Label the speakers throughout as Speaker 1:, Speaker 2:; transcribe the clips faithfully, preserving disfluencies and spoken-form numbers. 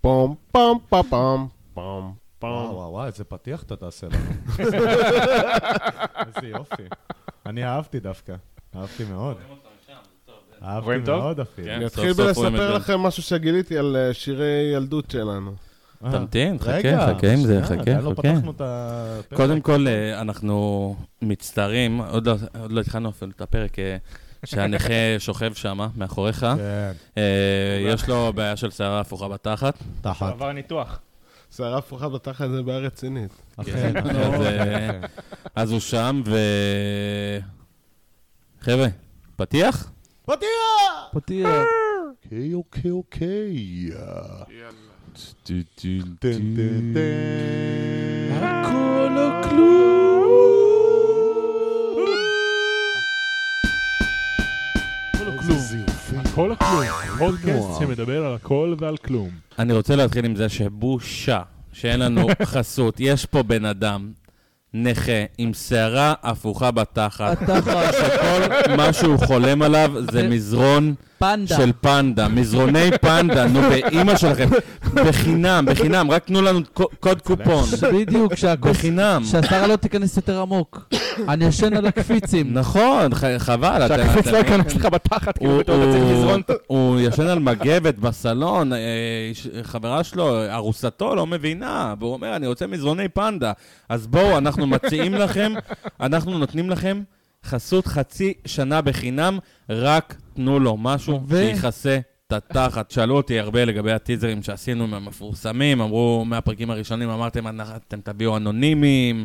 Speaker 1: פום פום פום פום פום
Speaker 2: וואו, וואו, וואו, איזה פתיח אתה תעשה לנו. איזה יופי. אני אהבתי דווקא. אהבתי מאוד. אהבתי מאוד אפילו.
Speaker 1: אני אתחיל בלספר לכם משהו שגיליתי על שירי ילדות שלנו.
Speaker 3: תמתין, חכה, חכה עם זה, חכה, חכה. קודם כל, אנחנו מצטערים, עוד לא התחלנו אפילו את הפרק, שהנכה שוכב שם, מאחוריך. יש לו בעיה של שערה הפוכה בתחת.
Speaker 2: תחת.
Speaker 4: עבר ניתוח.
Speaker 1: שערה הפוכה בתחת זה בעיה רצינית.
Speaker 3: אז הוא שם, ו... חבר'ה, פתיח?
Speaker 2: פתיח!
Speaker 5: פתיח.
Speaker 2: אוקיי, אוקיי, אוקיי.
Speaker 1: יאללה.
Speaker 2: טן טן טן.
Speaker 5: הכל או כלום.
Speaker 4: הכל או כלום. פודקאסט שמדבר על הכל ועל כלום.
Speaker 3: אני רוצה להתחיל עם זה שבושה, שאין לנו חסות. יש פה בן אדם, נכה, עם שערה הפוכה בתחת, שכל מה שהוא חולם עליו זה מזרון של פנדה, מזרוני פנדה, נו באמא שלכם, בחינם, בחינם, רק תנו לנו קוד קופון.
Speaker 5: בדיוק,
Speaker 3: בחינם.
Speaker 5: שהשערה לא תיכנס יותר עמוק. אני ישן על הקפיצים.
Speaker 3: נכון, חבל.
Speaker 4: שהקפיץ לא ייכנס לך בתחת, כאילו בתור אתה צריך מזרון.
Speaker 3: הוא ישן על מגבת בסלון, חברה שלו, ארוסתו לא מבינה, והוא אומר, אני רוצה מזרוני פנדה. אז בואו, אנחנו מציעים לכם, אנחנו נותנים לכם חסות חצי שנה בחינם, רק תנו לו משהו שיחסה את התחת. שאלו אותי הרבה לגבי הטיזרים שעשינו מהמפורסמים, אמרו מהפרקים הראשונים, אמרתם, אתם תביאו אנונימיים,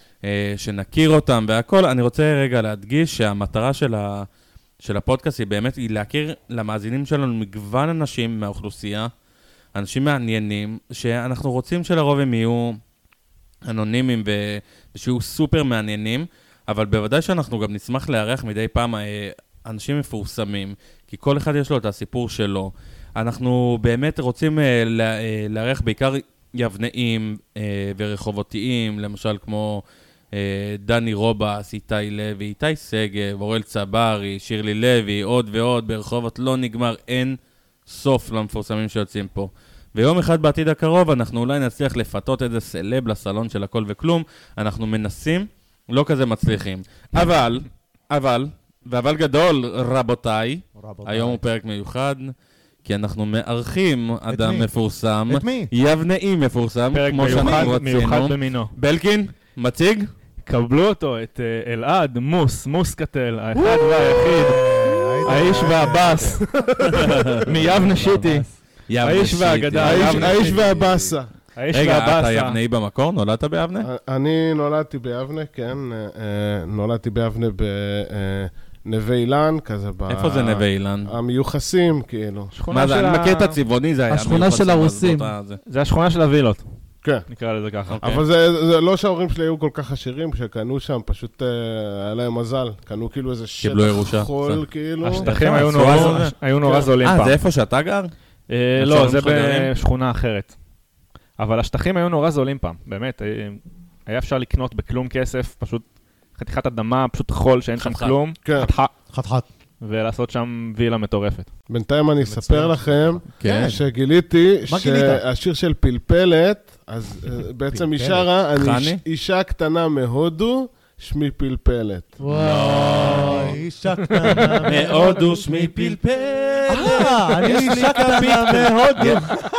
Speaker 3: שנכיר אותם והכל. אני רוצה רגע להדגיש שהמטרה של, ה, של הפודקאסט היא באמת היא להכיר למאזינים שלנו מגוון אנשים מהאוכלוסייה, אנשים מעניינים, שאנחנו רוצים שלרוב הם יהיו אנונימיים ושיהיו סופר מעניינים, אבל בוודאי שאנחנו גם נשמח לארח מדי פעם אנשים מפורסמים, כי כל אחד יש לו את הסיפור שלו. אנחנו באמת רוצים לארח בעיקר יבנאים ורחובותיים, למשל כמו דני רובס, איתי לוי, איתי סגב, אורל צברי, שירלי לוי, עוד ועוד, ברחובות לא נגמר, אין סוף למפורסמים שיוצאים פה. ויום אחד בעתיד הקרוב אנחנו אולי נצליח לפתות איזה סלב לסלון של הכל וכלום, אנחנו מנסים, לא כזה מצליחים. אבל, אבל, ואבל גדול, רבותיי, היום הוא פרק מיוחד, כי אנחנו מארחים אדם מפורסם, יבנאי מפורסם, כמו שאנחנו רצינו.
Speaker 4: מיוחד במינו.
Speaker 3: בלקין, מציג?
Speaker 4: קבלו אותו, את אלעד, מוס, מוסקטל, האחד והיחיד, האיש והבאס, מיבנה שיטי, האיש והאגדה,
Speaker 1: האיש והבאסה.
Speaker 3: רגע, אתה יבנאי במקור? נולדת ביבנה?
Speaker 1: אני נולדתי ביבנה, כן. נולדתי ביבנה בנווה אילן, כזה ב...
Speaker 3: איפה זה נווה אילן?
Speaker 1: המיוחסים, כאילו.
Speaker 3: מה זה? אני מכיר את הצבעוני, זה היה
Speaker 5: השכונה של הרוסים.
Speaker 4: זה השכונה של הווילות.
Speaker 1: כן.
Speaker 4: נקרא לזה ככה.
Speaker 1: אבל זה לא שההורים שלי היו כל כך עשירים, כשקנו שם, פשוט היה להם מזל. קנו כאילו איזה שטח חול, כאילו.
Speaker 4: השטחים היו נורא זולים פעם.
Speaker 3: אה, זה איפה שאתה גר?
Speaker 4: לא, זה בשכונה אחרת. אבל השטחים היו נורא זולים פעם, באמת. היה אפשר לקנות בכלום כסף, פשוט חתיכת אדמה, פשוט חול שאין שם כלום.
Speaker 1: חתיכת.
Speaker 2: חתיכת.
Speaker 4: ולעשות שם וילה מטורפת.
Speaker 1: בינתיים אני אספר לכם שגיליתי שהשיר של פלפלת, אז בעצם היא שרה, אני אישה קטנה מהודו, שמי פלפלת.
Speaker 2: וואו, אישה קטנה
Speaker 3: מהודו, שמי פלפלת.
Speaker 2: אה, אני אישה קטנה מהודו.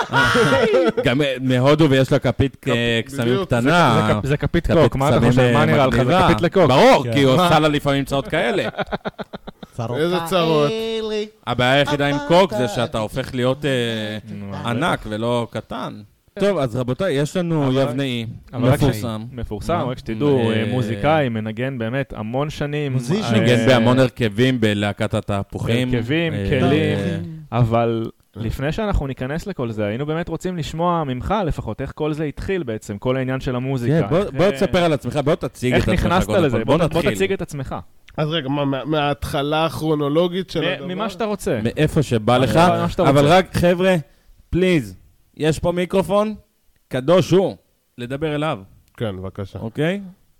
Speaker 3: גם מהודו ויש לה כפית קסמים קטנה.
Speaker 4: זה כפית קוק, מה אתה חושב? מה נראה לך? זה כפית לקוק.
Speaker 3: ברור, כי היא עושה לה לפעמים צרות כאלה.
Speaker 1: איזה צרות.
Speaker 3: הבעיה היחידה עם קוק זה שאתה הופך להיות ענק ולא קטן. טוב, אז רבותיי, יש לנו יבנאי, מפורסם.
Speaker 4: מפורסם, רק שתדעו, מוזיקאי, מנגן באמת המון שנים.
Speaker 3: מנגן בהמון הרכבים בלהקת התפוחים.
Speaker 4: הרכבים, כלים, אבל לפני שאנחנו ניכנס לכל זה, היינו באמת רוצים לשמוע ממך לפחות, איך כל זה התחיל בעצם, כל העניין של המוזיקה.
Speaker 3: בוא תספר על עצמך, בוא תציג את עצמך.
Speaker 4: איך נכנסת לזה? בוא תציג את עצמך.
Speaker 1: אז רגע, מההתחלה הכרונולוגית של הדבר?
Speaker 4: ממה שאתה רוצה.
Speaker 3: מאיפה שבא לך, אבל רק חבר'ה, פליז. יש פה מיקרופון, קדוש הוא, לדבר אליו.
Speaker 1: כן, בבקשה.
Speaker 3: אוקיי?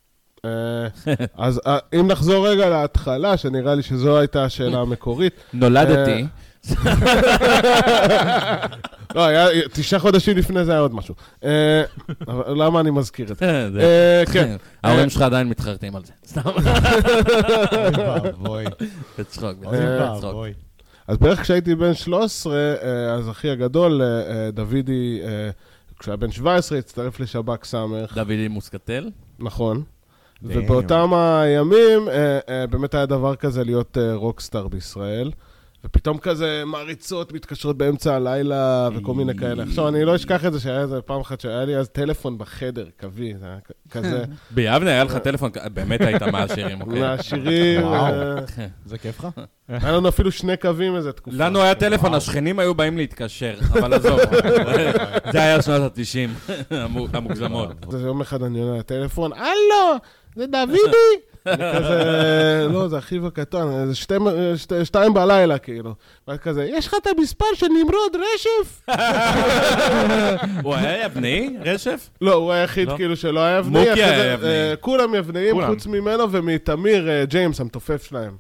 Speaker 1: אז אם נחזור רגע להתחלה, שנראה לי שזו הייתה השאלה המקורית.
Speaker 3: נולדתי.
Speaker 1: לא, היה, תשעה חודשים לפני זה היה עוד משהו. למה אני מזכיר את זה? כן.
Speaker 3: ההורים שלך עדיין מתחרטים על זה. סתם.
Speaker 2: בואי.
Speaker 3: תצחוק.
Speaker 2: בואי.
Speaker 1: אז בערך כשהייתי בן שלוש עשרה, אז אחי הגדול, דוידי, כשהיה בן שבע עשרה, הצטרף לשב"כ סמך.
Speaker 3: דוידי מוסקטל?
Speaker 1: נכון. ובאותם הימים, באמת היה דבר כזה להיות רוקסטאר בישראל. ופתאום כזה מעריצות מתקשרות באמצע הלילה וכל מיני כאלה. עכשיו, אני לא אשכח את זה שהיה איזה פעם אחת שהיה לי אז טלפון בחדר, קווי, זה היה כזה.
Speaker 3: ביבנה היה לך טלפון, באמת היית מהעשירים, אוקיי?
Speaker 1: מהעשירים.
Speaker 2: זה כיף לך?
Speaker 1: היה לנו אפילו שני קווים איזה תקופה.
Speaker 3: לנו היה טלפון, השכנים היו באים להתקשר, אבל עזוב, זה היה שנות ה-תשעים, המוגזמות.
Speaker 1: יום אחד אני עונה לטלפון, הלו, זה דוידי? אני כזה, לא, זה אחיו הקטן, זה שתיים בלילה, כאילו. ואז כזה, יש לך את המספר של נמרוד רשף?
Speaker 3: הוא היה יבני, רשף?
Speaker 1: לא, הוא היחיד כאילו שלא היה יבני.
Speaker 3: מוקי היה יבני.
Speaker 1: כולם יבניים, חוץ ממנו ומתמיר ג'יימס, המתופף שלהם.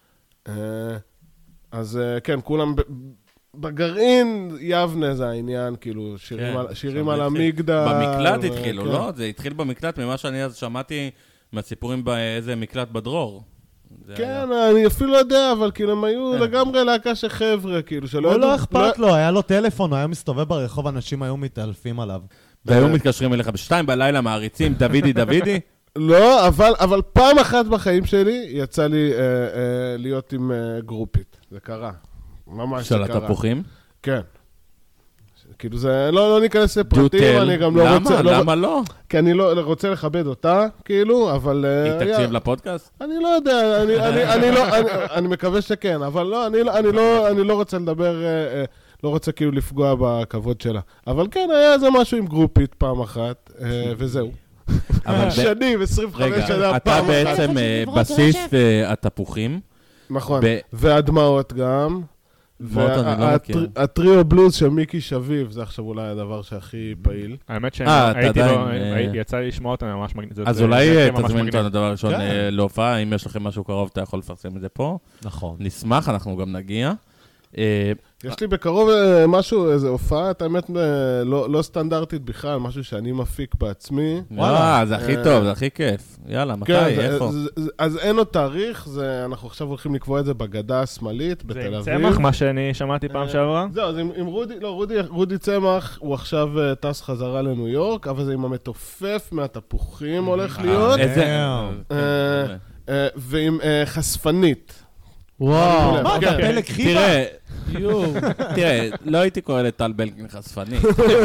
Speaker 1: אז כן, כולם בגרעין יבנה זה העניין, כאילו, שירים על המגדל.
Speaker 3: במקלט התחילו, לא? זה התחיל במקלט, ממה שאני אז שמעתי מהסיפורים באיזה מקלט בדרור.
Speaker 1: כן, אני אפילו לא יודע, אבל כאילו הם היו לגמרי להקה של חבר'ה, כאילו, שלא...
Speaker 2: הוא לא אכפת לו, היה לו טלפון, הוא היה מסתובב ברחוב, אנשים היו מתעלפים עליו.
Speaker 3: והיו מתקשרים אליך בשתיים בלילה, מעריצים, דוידי, דוידי?
Speaker 1: לא, אבל פעם אחת בחיים שלי יצא לי להיות עם גרופית. זה קרה. ממש זה קרה.
Speaker 3: של התפוחים?
Speaker 1: כן. כאילו זה, לא, לא ניכנס לפרטים, אני גם לא רוצה...
Speaker 3: למה? למה לא?
Speaker 1: כי אני לא רוצה לכבד אותה, כאילו, אבל...
Speaker 3: היא תקשיב לפודקאסט?
Speaker 1: אני לא יודע, אני לא, אני מקווה שכן, אבל לא, אני לא רוצה לדבר, לא רוצה כאילו לפגוע בכבוד שלה. אבל כן, היה איזה משהו עם גרופית פעם אחת, וזהו. שנים, עשרים וחמש שנה פעם אחת.
Speaker 3: אתה בעצם בסיס התפוחים.
Speaker 1: נכון, והדמעות גם. והטריו בלוז של מיקי שביב, זה עכשיו אולי הדבר שהכי פעיל.
Speaker 4: האמת שהייתי לו, יצא לי לשמוע אותם ממש מגניב.
Speaker 3: אז אולי תזמין אותנו דבר ראשון להופעה, אם יש לכם משהו קרוב, אתה יכול לפרסם את זה פה.
Speaker 2: נכון.
Speaker 3: נשמח, אנחנו גם נגיע.
Speaker 1: יש לי בקרוב משהו, איזו הופעה, את האמת לא סטנדרטית בכלל, משהו שאני מפיק בעצמי.
Speaker 3: וואלה, זה הכי טוב, זה הכי כיף. יאללה, מתי, איפה?
Speaker 1: אז אין עוד תאריך, אנחנו עכשיו הולכים לקבוע את זה בגדה השמאלית, בתל אביב.
Speaker 4: זה עם צמח, מה שאני שמעתי פעם שעברה?
Speaker 1: זהו, אז עם רודי, לא, רודי צמח, הוא עכשיו טס חזרה לניו יורק, אבל זה עם המתופף מהתפוחים הולך להיות. ועם חשפנית.
Speaker 2: וואו, מה אתה פלג חיבה?
Speaker 3: תראה, תראה, לא הייתי קורא לטל בלקין חשפני.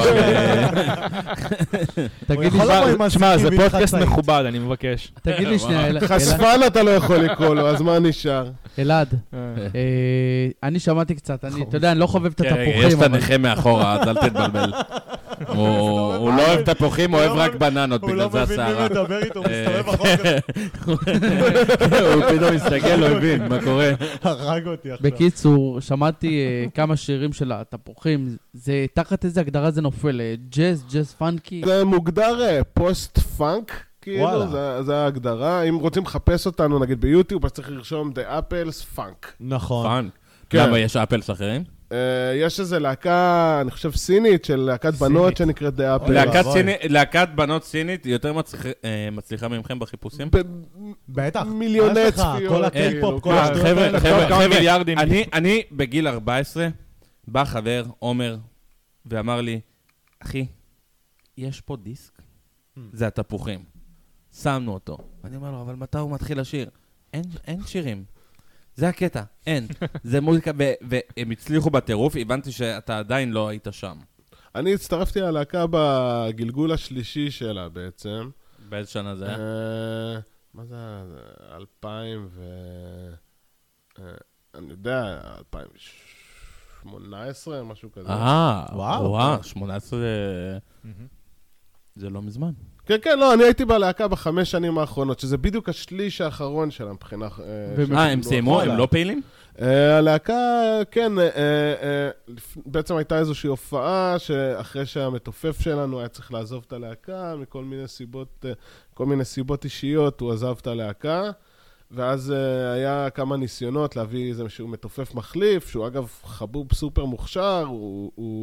Speaker 4: תגיד לי, שמע, זה פודקאסט מכובד, אני מבקש.
Speaker 5: תגיד לי שנייה,
Speaker 1: חשפן אתה לא יכול לקרוא לו, אז מה נשאר?
Speaker 5: אלעד, אני שמעתי קצת, אתה יודע, אני לא חובב את התפוחים.
Speaker 3: יש את הנכה מאחורה, אז אל תתבלבל. הוא לא אוהב תפוחים, הוא אוהב רק בננות, בגלל זה השערה.
Speaker 2: הוא לא מבין מי מדבר איתו, הוא מסתובב אחר כך.
Speaker 3: הוא פתאום מסתגל, לא הבין, מה קורה?
Speaker 2: הרג אותי עכשיו.
Speaker 5: בקיצור, שמעתי כמה שירים של התפוחים, זה תחת איזה הגדרה זה נופל, ג'אז, ג'אז פאנקי.
Speaker 1: זה מוגדר פוסט פאנק, כאילו, זה ההגדרה. אם רוצים לחפש אותנו, נגיד ביוטיוב, אז צריך לרשום The Apples Funk.
Speaker 2: נכון.
Speaker 3: פאנק. למה, יש אפלס אחרים?
Speaker 1: יש איזו להקה, אני חושב סינית, של להקת בנות שנקראת The Apples.
Speaker 3: להקת בנות סינית יותר מצליחה ממכם בחיפושים?
Speaker 2: בטח.
Speaker 1: מיליוני צפיות.
Speaker 2: כל הקיי-פופ, כל השטויות האלה.
Speaker 3: חבר'ה, אני בגיל ארבע עשרה, בא חבר, עומר, ואמר לי, אחי, יש פה דיסק, זה התפוחים. שמנו אותו. אני אומר לו, אבל מתי הוא מתחיל לשיר? אין שירים. זה הקטע, אין. זה מוזיקה, והם הצליחו בטירוף, הבנתי שאתה עדיין לא היית שם.
Speaker 1: אני הצטרפתי ללהקה בגלגול השלישי שלה בעצם.
Speaker 3: באיזה שנה זה היה?
Speaker 1: מה זה? אלפיים ו... אני יודע, אלפיים שמונה עשרה, משהו כזה.
Speaker 3: אה, וואו, שמונה עשרה זה לא מזמן.
Speaker 1: כן, כן, לא, אני הייתי בלהקה בחמש שנים האחרונות, שזה בדיוק השליש האחרון שלה מבחינה...
Speaker 3: אה, הם סיימו? הם לא פעילים?
Speaker 1: הלהקה, כן, בעצם הייתה איזושהי הופעה, שאחרי שהמתופף שלנו היה צריך לעזוב את הלהקה, מכל מיני סיבות, כל מיני סיבות אישיות, הוא עזב את הלהקה, ואז היה כמה ניסיונות להביא איזשהו מתופף מחליף, שהוא אגב חבוב סופר מוכשר, הוא...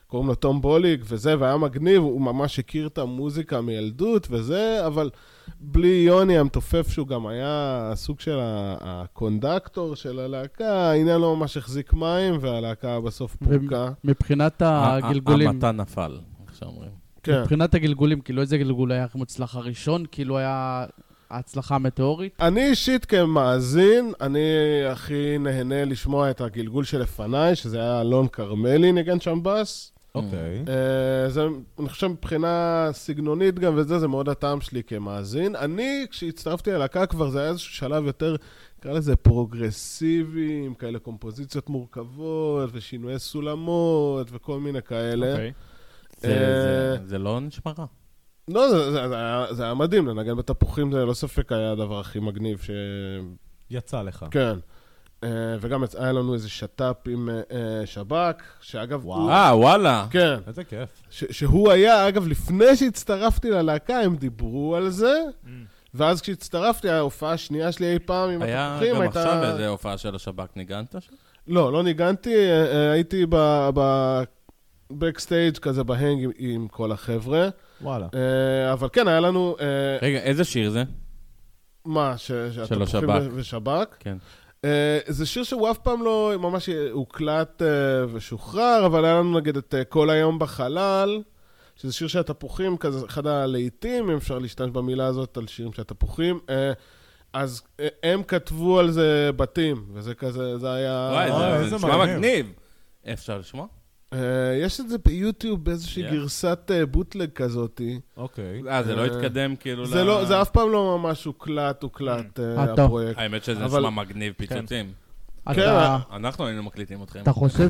Speaker 1: קוראים לו תום בוליק וזה, והיה מגניב, הוא ממש הכיר את המוזיקה מילדות וזה, אבל בלי יוני המתופף שהוא גם היה סוג של הקונדקטור של הלהקה, העניין לא ממש החזיק מים, והלהקה בסוף פורקה.
Speaker 5: מבחינת הגלגולים...
Speaker 3: המטה נפל, איך שאומרים.
Speaker 5: מבחינת הגלגולים, כאילו איזה גלגול היה הכי מוצלח הראשון, כאילו היה ההצלחה המטאורית?
Speaker 1: אני אישית כמאזין, אני הכי נהנה לשמוע את הגלגול שלפניי, שזה היה אלון קרמלי נגן שם בס.
Speaker 2: אוקיי.
Speaker 1: זה, אני חושב מבחינה סגנונית גם וזה, זה מאוד הטעם שלי כמאזין. אני, כשהצטרפתי ללהקה כבר, זה היה איזשהו שלב יותר, נקרא לזה פרוגרסיבי, עם כאלה קומפוזיציות מורכבות, ושינויי סולמות, וכל מיני כאלה.
Speaker 3: אוקיי. זה, זה לא נשמע רע.
Speaker 1: לא, זה, זה, זה, היה, זה היה מדהים, לנגן בתפוחים זה לא ספק היה הדבר הכי מגניב ש...
Speaker 2: יצא לך.
Speaker 1: כן. וגם היה לנו איזה שטאפ עם שב"כ, שאגב...
Speaker 3: אה, וואלה.
Speaker 1: כן.
Speaker 2: איזה כיף.
Speaker 1: שהוא היה, אגב, לפני שהצטרפתי ללהקה, הם דיברו על זה, ואז כשהצטרפתי, ההופעה השנייה שלי אי פעם עם התפוחים,
Speaker 3: הייתה... היה גם עכשיו איזה הופעה של השב"כ, ניגנת שם?
Speaker 1: לא, לא ניגנתי, הייתי בבקסטייג' כזה בהנג עם כל החבר'ה.
Speaker 2: וואלה.
Speaker 1: אבל כן, היה לנו...
Speaker 3: רגע, איזה שיר זה?
Speaker 1: מה?
Speaker 3: של השב"כ.
Speaker 1: ושב"כ?
Speaker 3: כן.
Speaker 1: זה שיר שהוא אף פעם לא ממש הוקלט ושוחרר, אבל היה לנו נגיד את כל היום בחלל, שזה שיר של התפוחים, כזה אחד הלעיתים, אם אפשר להשתמש במילה הזאת על שירים של התפוחים, אז הם כתבו על זה בתים, וזה כזה, זה היה...
Speaker 3: וואי, זה נשמע מגניב. אפשר לשמוע?
Speaker 1: יש את זה ביוטיוב באיזושהי גרסת בוטלג כזאת.
Speaker 2: אוקיי.
Speaker 3: אה, זה לא התקדם כאילו...
Speaker 1: זה אף פעם לא ממש הוקלט, הוקלט הפרויקט.
Speaker 3: האמת שזה נשמע מגניב פיצוצים. אנחנו היינו מקליטים אתכם.
Speaker 5: אתה חושב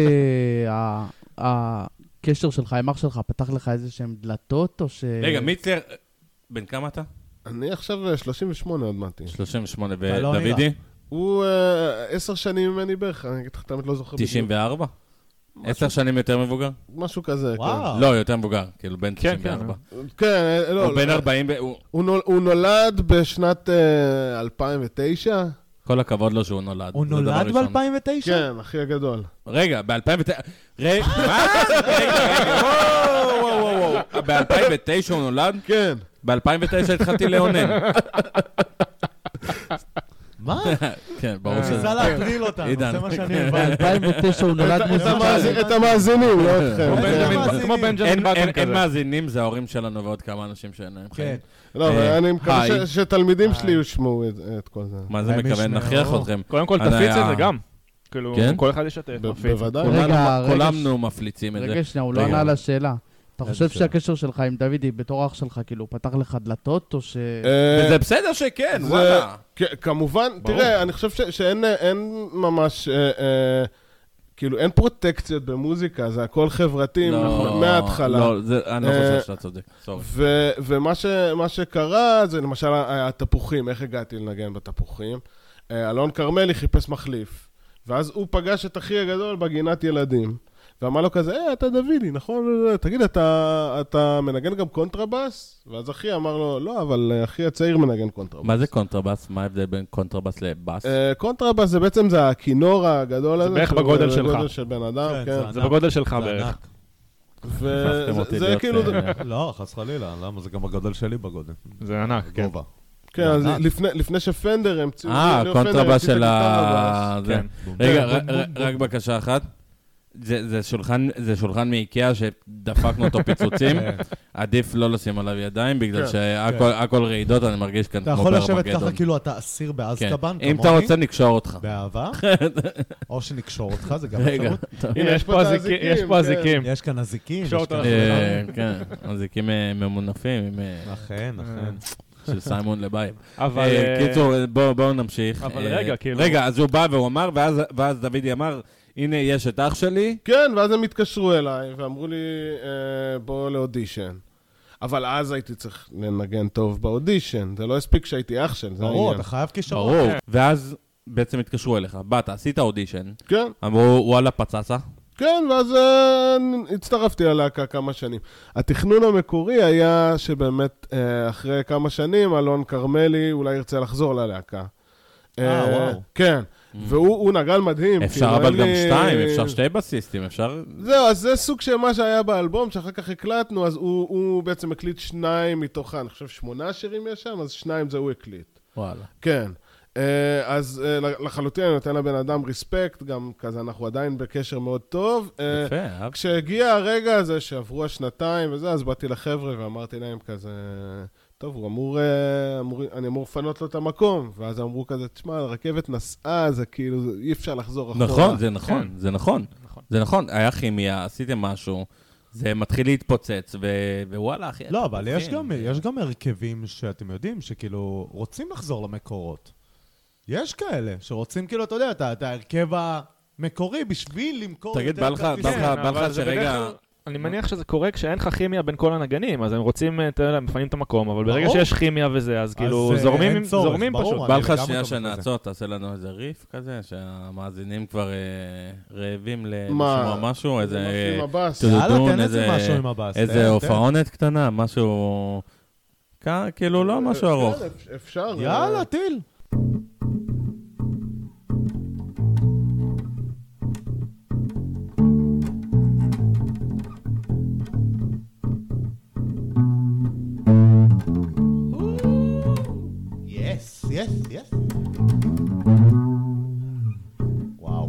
Speaker 5: שהקשר שלך עם אח שלך פתח לך איזה שהם דלתות או ש...
Speaker 3: רגע, מיצלר, בן כמה אתה?
Speaker 1: אני עכשיו שלושים ושמונה עוד מעטי.
Speaker 3: שלושים ושמונה, ודוידי?
Speaker 1: הוא עשר שנים ממני בערך, אני אגיד לך, תמיד לא זוכר.
Speaker 3: תשעים וארבע? עשר שנים יותר מבוגר?
Speaker 1: משהו כזה,
Speaker 2: כן.
Speaker 3: לא, יותר מבוגר, כאילו בין תשעים וארבע.
Speaker 1: כן, לא.
Speaker 3: הוא בין ארבעים...
Speaker 1: הוא נולד בשנת אלפיים ותשע.
Speaker 3: כל הכבוד לו שהוא נולד.
Speaker 2: הוא נולד ב-אלפיים ותשע?
Speaker 1: כן, אחי הגדול.
Speaker 3: רגע, ב-אלפיים ותשע... רגע, מה? רגע, רגע, וואו, וואו, וואו. ב-אלפיים ותשע הוא נולד?
Speaker 1: כן.
Speaker 3: ב-אלפיים ותשע התחלתי לאונן.
Speaker 2: מה?
Speaker 3: כן, ברור שזה...
Speaker 2: ניסה להטריל אותנו, זה מה שאני הבנתי.
Speaker 5: ב-אלפיים ותשע הוא נולד מוזיקלי.
Speaker 1: את המאזינים, לא אתכם.
Speaker 4: כמו בנג'מין בטון כזה.
Speaker 3: אין מאזינים, זה ההורים שלנו ועוד כמה אנשים שאין להם חיים.
Speaker 1: לא, אני מקווה שתלמידים שלי יושמעו את כל זה.
Speaker 3: מה זה מקווה? נכריח אתכם.
Speaker 4: קודם כל תפיץ את זה גם. כאילו, כל אחד ישתף.
Speaker 1: בוודאי.
Speaker 3: כולנו מפליצים את זה.
Speaker 5: רגע שנייה, הוא לא ענה על השאלה. אתה חושב שהקשר שלך עם דוידי בתור אח שלך, כאילו, פתח לך דלתות, או ש...
Speaker 3: וזה בסדר שכן, וואלה.
Speaker 1: כמובן, תראה, אני חושב שאין ממש, כאילו, אין פרוטקציות במוזיקה, זה הכל חברתי מההתחלה.
Speaker 3: לא, אני לא חושב שאתה צודק, סורי.
Speaker 1: ומה שקרה, זה למשל התפוחים, איך הגעתי לנגן בתפוחים. אלון קרמלי חיפש מחליף, ואז הוא פגש את אחי הגדול בגינת ילדים. ואמר לו כזה, אה, אתה דוידי, נכון? תגיד, אתה, אתה מנגן גם קונטרבאס? ואז אחי אמר לו, לא, אבל אחי הצעיר מנגן קונטרבאס.
Speaker 3: מה זה קונטרבאס? מה ההבדל בין קונטרבאס לבאס?
Speaker 1: קונטרבאס זה בעצם, זה הכינור הגדול הזה.
Speaker 4: זה בערך בגודל שלך.
Speaker 1: זה בגודל של בן אדם, כן.
Speaker 4: זה בגודל שלך בערך.
Speaker 1: וזה כאילו...
Speaker 2: לא, חס חלילה, למה? זה גם בגודל שלי בגודל.
Speaker 4: זה ענק, כן.
Speaker 1: כן, אז לפני שפנדר המציאו...
Speaker 3: אה, קונטרבאס של ה... רגע, רק בקשה אחת. זה שולחן, זה שולחן מאיקאה שדפקנו אותו פיצוצים. עדיף לא לשים עליו ידיים, בגלל שהכל רעידות, אני מרגיש כאן כמו
Speaker 2: בארמגדון. אתה יכול לשבת ככה כאילו אתה אסיר באזקבאן, כמוני.
Speaker 3: אם אתה רוצה, נקשור אותך.
Speaker 2: באהבה. או שנקשור אותך, זה גם
Speaker 3: אפשרות.
Speaker 4: הנה, יש פה אזיקים.
Speaker 2: יש כאן אזיקים.
Speaker 3: כן, אזיקים ממונפים.
Speaker 2: אכן, אכן.
Speaker 3: של סיימון לבייב.
Speaker 4: אבל...
Speaker 3: קיצור, בואו נמשיך.
Speaker 4: אבל רגע, כאילו...
Speaker 3: רגע, אז הוא בא והוא אמר, ואז דוידי אמר, הנה, יש את אח שלי.
Speaker 1: כן, ואז הם התקשרו אליי, ואמרו לי, בוא לאודישן. אבל אז הייתי צריך לנגן טוב באודישן. זה לא הספיק שהייתי אח של, זה העניין.
Speaker 2: ברור, אתה חייב כישרון.
Speaker 3: ברור. ואז בעצם התקשרו אליך. באת, עשית אודישן.
Speaker 1: כן.
Speaker 3: אמרו, וואלה, פצצה.
Speaker 1: כן, ואז הצטרפתי ללהקה כמה שנים. התכנון המקורי היה שבאמת אחרי כמה שנים, אלון קרמלי אולי ירצה לחזור ללהקה.
Speaker 2: אה, וואו.
Speaker 1: כן. והוא נגל מדהים.
Speaker 3: אפשר אבל גם שתיים, אפשר שתי בסיסטים, אפשר...
Speaker 1: זהו, אז זה סוג של מה שהיה באלבום, שאחר כך הקלטנו, אז הוא בעצם הקליט שניים מתוכה, אני חושב שמונה שירים יש שם, אז שניים זה הוא הקליט.
Speaker 3: וואלה.
Speaker 1: כן. אז לחלוטין אני נותן לבן אדם ריספקט, גם כזה אנחנו עדיין בקשר מאוד טוב.
Speaker 3: יפה.
Speaker 1: כשהגיע הרגע הזה שעברו השנתיים וזה, אז באתי לחבר'ה ואמרתי להם כזה, טוב, הוא אמור, אמור, אני אמור לפנות לו את המקום, ואז אמרו כזה, תשמע, הרכבת נסעה, זה כאילו, אי אפשר לחזור אחורה.
Speaker 3: נכון, זה נכון, זה נכון. זה נכון, היה כימיה, עשיתם משהו, זה מתחיל להתפוצץ, ווואלה, אחי.
Speaker 2: לא, אבל יש גם הרכבים שאתם יודעים, שכאילו רוצים לחזור למקורות. יש כאלה שרוצים כאילו, אתה יודע, את ההרכב המקורי בשביל למכור...
Speaker 3: תגיד, בא לך שרגע...
Speaker 4: אני מניח שזה קורה כשאין לך כימיה בין כל הנגנים, אז הם רוצים, אתה יודע, מפנים את המקום, אבל ברגע שיש כימיה וזה, אז כאילו זורמים פשוט.
Speaker 3: בא לך שנייה שנעצור, תעשה לנו איזה ריף כזה, שהמאזינים כבר רעבים לשמוע משהו, איזה... איזה הופעונת קטנה, משהו... כאילו לא משהו ארוך.
Speaker 1: אפשר.
Speaker 2: יאללה, טיל. Yes, yes. Wow.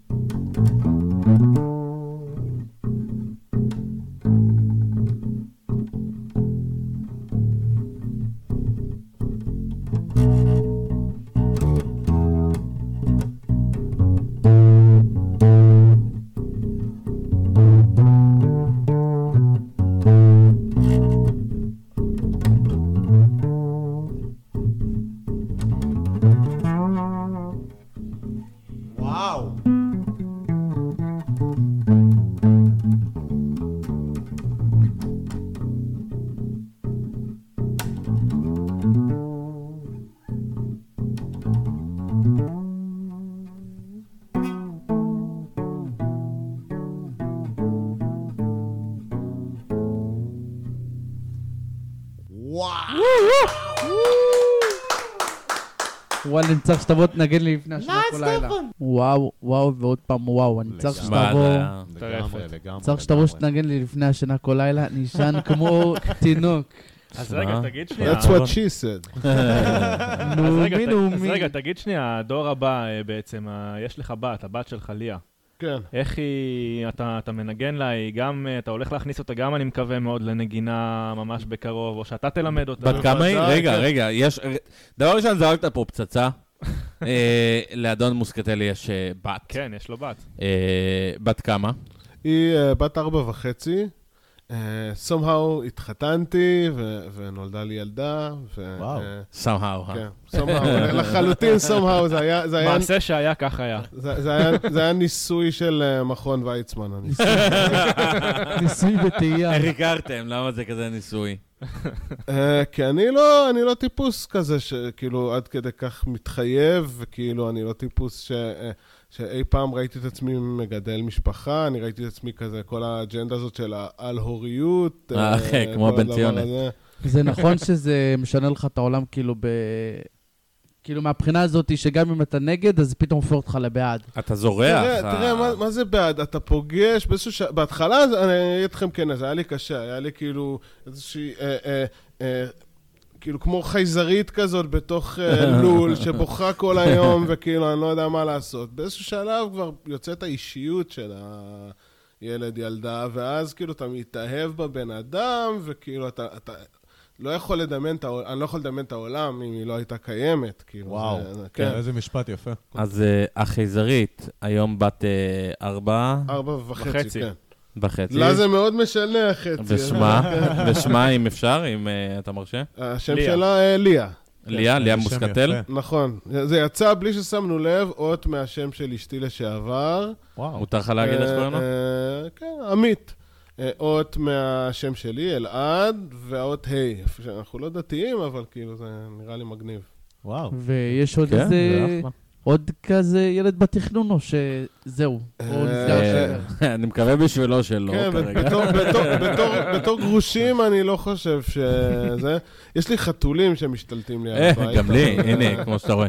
Speaker 5: וואלה, אני צריך שתבוא תנגן לי לפני השנה כל לילה. וואו, וואו, ועוד פעם וואו, אני צריך שתבוא... צריך שתבוא שתנגן לי לפני השנה כל לילה, נשען כמו תינוק.
Speaker 4: אז רגע, תגיד שנייה.
Speaker 1: That's what she said.
Speaker 5: נעמי, נעמי.
Speaker 4: אז רגע, תגיד שנייה, הדור הבא בעצם, יש לך בת, הבת שלך ליה.
Speaker 1: כן.
Speaker 4: איך היא, אתה, אתה מנגן לה, היא גם, אתה הולך להכניס אותה גם, אני מקווה מאוד, לנגינה ממש בקרוב, או שאתה תלמד אותה.
Speaker 3: בת כמה היא? רגע, רגע, יש... דבר ראשון, זרקת פה פצצה. לאדון מוסקטלי יש בת.
Speaker 4: כן, יש לו בת.
Speaker 3: בת כמה?
Speaker 1: היא בת ארבע וחצי. somehow התחתנתי ונולדה לי ילדה.
Speaker 3: וואו. somehow.
Speaker 1: כן, somehow. לחלוטין somehow. זה היה...
Speaker 4: מעשה שהיה, כך היה.
Speaker 1: זה היה ניסוי של מכון ויצמן.
Speaker 5: ניסוי בתהייה.
Speaker 3: איך הכרתם? למה זה כזה ניסוי?
Speaker 1: כי אני לא, אני לא טיפוס כזה שכאילו עד כדי כך מתחייב, וכאילו אני לא טיפוס ש... שאי פעם ראיתי את עצמי מגדל משפחה, אני ראיתי את עצמי כזה, כל האג'נדה הזאת של העל-הוריות.
Speaker 3: אחי, כמו בן ציונת.
Speaker 5: זה נכון שזה משנה לך את העולם כאילו ב... כאילו מהבחינה הזאת שגם אם אתה נגד, אז פתאום הופך אותך לבעד.
Speaker 3: אתה זורח.
Speaker 1: תראה, מה זה בעד? אתה פוגש באיזשהו ש... בהתחלה, אני אגיד אתכם כן, זה היה לי קשה, היה לי כאילו איזושהי... כאילו כמו חייזרית כזאת בתוך לול שבוכה כל היום וכאילו אני לא יודע מה לעשות. באיזשהו שלב כבר יוצאת האישיות של הילד ילדה, ואז כאילו אתה מתאהב בבן אדם וכאילו אתה... אתה לא יכול לדמיין את העולם, אני לא יכול לדמיין את העולם אם היא לא הייתה קיימת, כאילו.
Speaker 2: וואו, כן, איזה משפט יפה.
Speaker 3: אז החייזרית, היום בת ארבע?
Speaker 1: ארבע וחצי, כן.
Speaker 3: וחצי.
Speaker 1: לה זה מאוד משנה החצי.
Speaker 3: ושמה? ושמה אם אפשר, אם אתה מרשה?
Speaker 1: השם שלה ליה.
Speaker 3: ליה, ליה מוסקטל?
Speaker 1: נכון. זה יצא בלי ששמנו לב, אות מהשם של אשתי לשעבר.
Speaker 3: וואו. מותר לך להגיד איך קוראים לו?
Speaker 1: כן, עמית. אות מהשם שלי, אלעד, והאות ה'. אנחנו לא דתיים, אבל כאילו זה נראה לי מגניב.
Speaker 2: וואו.
Speaker 5: ויש עוד איזה... עוד כזה ילד בתכנון, או שזהו?
Speaker 3: אני מקווה בשבילו שלא כרגע.
Speaker 1: בתור גרושים אני לא חושב שזה... יש לי חתולים שמשתלטים לי על הבית.
Speaker 3: גם לי, הנה, כמו שאתה רואה.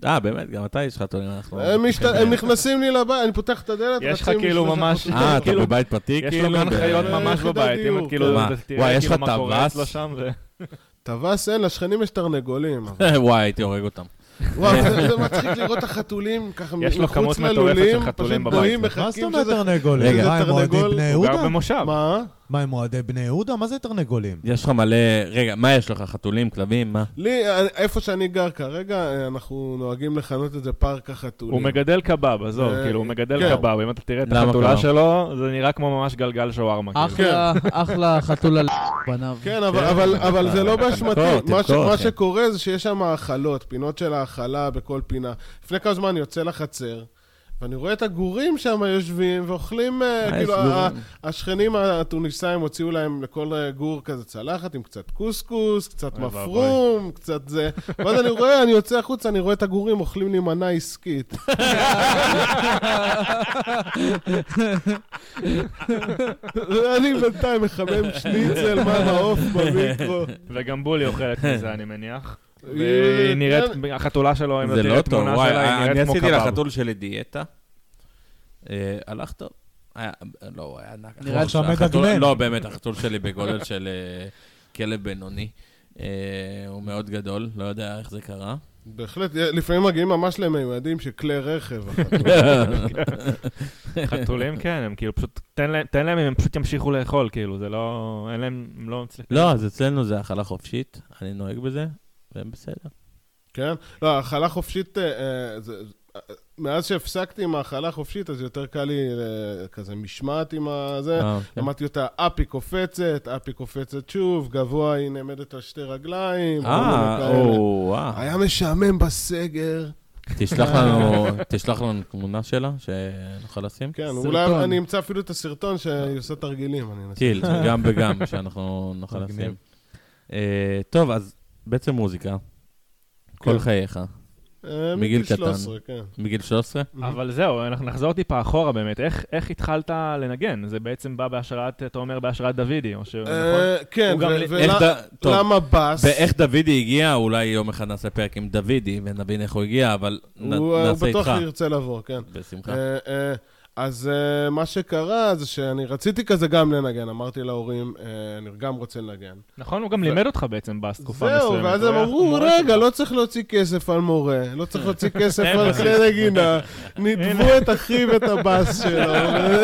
Speaker 3: אה, באמת? גם אתה יש חתולים, אנחנו...
Speaker 1: הם נכנסים לי לבית, אני פותח את הדלת,
Speaker 4: יש לך כאילו ממש...
Speaker 3: אה, אתה בבית פרטי כאילו?
Speaker 4: יש לו גן חיות ממש בבית, אם את כאילו...
Speaker 3: וואי, יש לך טווס?
Speaker 1: טווס אין, לשכנים יש תרנגולים.
Speaker 3: וואי, הייתי הורג אותם.
Speaker 1: וואו, זה מצחיק לראות את החתולים ככה
Speaker 4: יש לו כמות מטורפת של חתולים בבית.
Speaker 2: מה זאת אומרת תרנגולים?
Speaker 1: רגע,
Speaker 2: מה, הם מועדי בני יהודה?
Speaker 4: הוא גר במושב.
Speaker 1: מה?
Speaker 2: מה, הם מועדי בני יהודה? מה זה תרנגולים?
Speaker 3: יש לך מלא... רגע, מה יש לך? חתולים, כלבים, מה?
Speaker 1: לי, איפה שאני גר כרגע, אנחנו נוהגים לכנות את זה פארק החתולים.
Speaker 4: הוא מגדל קבב, עזוב, כאילו, הוא מגדל קבב. אם אתה תראה את החתולה שלו, זה נראה כמו ממש גלגל שווארמה.
Speaker 5: אחלה חתולה בניו.
Speaker 1: כן, אבל זה לא באשמתי. מה שקורה זה שיש שם האכלות, פינות של האכלה בכל פינה. לפני כמה זמן אני יוצא לחצר, ואני רואה את הגורים שם יושבים ואוכלים, כאילו, השכנים הטוניסאים הוציאו להם לכל גור כזה צלחת עם קצת קוסקוס, קצת מפרום, קצת זה. ואז אני רואה, אני יוצא החוץ, אני רואה את הגורים אוכלים לי מנה עסקית. אני בינתיים מחמם שניצל, מה מעוף במיקרו.
Speaker 4: וגם בולי אוכלת מזה, אני מניח. והיא נראית, החתולה שלו, אם אתה תראה תמונה שלה, היא נראית כמו קבב.
Speaker 3: אני עשיתי לחתול שלי דיאטה. הלך טוב. לא, הוא היה ענק.
Speaker 2: נראה שם מדגמן.
Speaker 3: לא, באמת, החתול שלי בגודל של כלב בינוני. הוא מאוד גדול, לא יודע איך זה קרה.
Speaker 1: בהחלט, לפעמים מגיעים ממש למיועדים של כלי רכב.
Speaker 4: חתולים, כן, הם כאילו פשוט, תן להם, הם פשוט ימשיכו לאכול, כאילו, זה לא, אין להם, הם לא מצליחים.
Speaker 3: לא, אז אצלנו זה אכלה חופשית, אני נוהג בזה, והם בסדר.
Speaker 1: כן? לא, אכלה חופשית, מאז שהפסקתי עם האכלה חופשית, אז יותר קל לי כזה משמעת עם הזה. למדתי אותה, אפי קופצת, אפי קופצת שוב, גבוה היא נעמדת על שתי רגליים. היה משעמם בסגר.
Speaker 3: תשלח לנו תמונה שלה, שנוכל לשים.
Speaker 1: כן, אולי אני אמצא אפילו את הסרטון שהיא עושה תרגילים.
Speaker 3: טיל, גם וגם, שאנחנו נוכל לשים. טוב, אז בעצם מוזיקה. כל חייך. מגיל קטן. מגיל שלוש עשרה?
Speaker 4: אבל זהו, אנחנו נחזור טיפה אחורה באמת. איך התחלת לנגן? זה בעצם בא בהשראת, אתה אומר, בהשראת דוידי, או שהוא נכון?
Speaker 1: כן, ולמה בס?
Speaker 3: ואיך דוידי הגיע, אולי יום אחד נעשה פרק עם דוידי, ונבין איך הוא הגיע, אבל נעשה איתך.
Speaker 1: הוא בטוח ירצה לבוא, כן.
Speaker 3: בשמחה.
Speaker 1: אז uh, מה שקרה זה שאני רציתי כזה גם לנגן, אמרתי להורים, uh, אני גם רוצה לנגן.
Speaker 4: נכון, הוא גם לימד אותך בעצם בתקופה מסוימת.
Speaker 1: זהו, ואז הם אמרו, רגע, לא צריך להוציא כסף על מורה, לא צריך להוציא כסף על כלי נגינה, נדבו את אחי ואת הבאס שלו.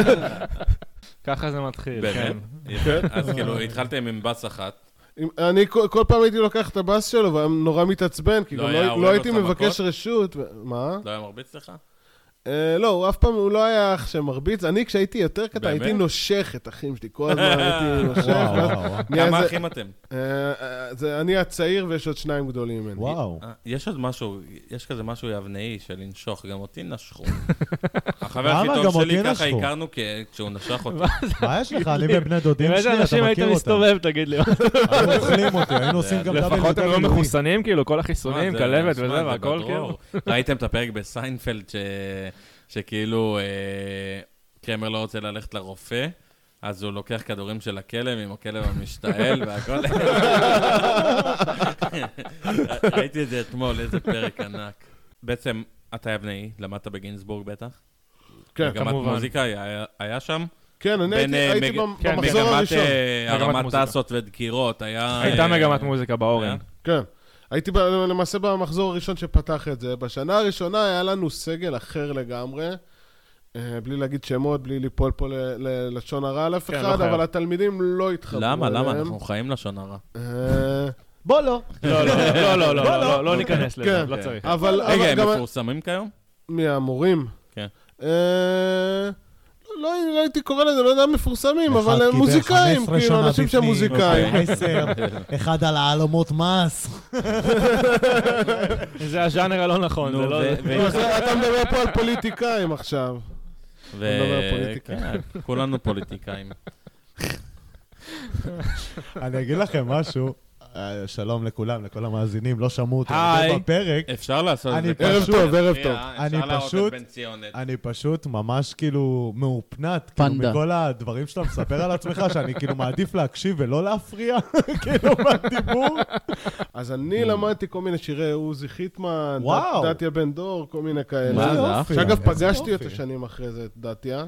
Speaker 4: ככה זה מתחיל,
Speaker 3: כן. אז כאילו, התחלתם עם באס אחת.
Speaker 1: אני כל פעם הייתי לוקח את הבאס שלו, והיה נורא מתעצבן, כי לא הייתי מבקש רשות. מה?
Speaker 3: לא היה מרביץ לך?
Speaker 1: לא, הוא אף פעם, הוא לא היה אח שמרביץ. אני, כשהייתי יותר קטן, הייתי נושך את אחים שלי. כל הזמן הייתי נושך.
Speaker 3: כמה אחים אתם?
Speaker 1: אני הצעיר ויש עוד שניים גדולים ממני.
Speaker 2: וואו.
Speaker 3: יש עוד משהו, יש כזה משהו יבנאי של לנשוך, גם אותי נשכו. החבר הכי טוב שלי ככה הכרנו כשהוא נשך אותי.
Speaker 2: מה יש לך? אני ובני דודים שלי, אתה מכיר אותם.
Speaker 4: אנשים היית מסתובב, תגיד לי.
Speaker 2: היינו אוכלים אותי, היינו עושים גם דאבל.
Speaker 4: לפחות הם לא מחוסנים, כאילו, כל החיסונים, כלבת וזה, והכל כאילו.
Speaker 3: ראיתם את הפרק בסיינפלד שכאילו קרמר לא רוצה ללכת לרופא, אז הוא לוקח כדורים של הכלב עם הכלב המשתעל והכל. ראיתי את זה אתמול, איזה פרק ענק. בעצם אתה יבנאי, למדת בגינסבורג בטח?
Speaker 1: כן,
Speaker 3: כמובן. מגמת מוזיקה היה שם?
Speaker 1: כן, אני הייתי במחזור הראשון.
Speaker 3: הרמת טסות ודקירות, היה...
Speaker 4: הייתה מגמת מוזיקה באורן.
Speaker 1: כן. הייתי למעשה במחזור הראשון שפתח את זה. בשנה הראשונה היה לנו סגל אחר לגמרי, בלי להגיד שמות, בלי ליפול פה ללשון הרע על אף אחד, אבל התלמידים לא התחברו אליהם.
Speaker 3: למה? למה? אנחנו חיים לשון הרע.
Speaker 2: בוא לא.
Speaker 4: לא, לא, לא, לא, לא ניכנס לזה, לא צריך.
Speaker 3: רגע, הם מפורסמים כיום?
Speaker 1: מהמורים?
Speaker 3: כן.
Speaker 1: לא הייתי קורא לזה, לא יודע מפורסמים, אבל הם מוזיקאים, כאילו, אנשים שהם מוזיקאים.
Speaker 2: אחד על העלמות מס.
Speaker 4: זה הז'אנר הלא נכון.
Speaker 1: אתה מדבר פה על פוליטיקאים עכשיו.
Speaker 3: כולנו פוליטיקאים.
Speaker 2: אני אגיד לכם משהו, שלום לכולם, לכל המאזינים, לא שמעו אותי הרבה בפרק.
Speaker 3: אפשר לעשות את זה.
Speaker 1: ערב טוב, ערב טוב.
Speaker 2: אני פשוט, אני פשוט ממש כאילו מאופנת, כאילו מכל הדברים שאתה מספר על עצמך, שאני כאילו מעדיף להקשיב ולא להפריע, כאילו בדיבור.
Speaker 1: אז אני למדתי כל מיני שירי עוזי חיטמן, דתיה בן דור, כל מיני כאלה.
Speaker 3: מה זה אופי?
Speaker 1: שאגב, פגשתי אותה שנים אחרי זה, דתיה.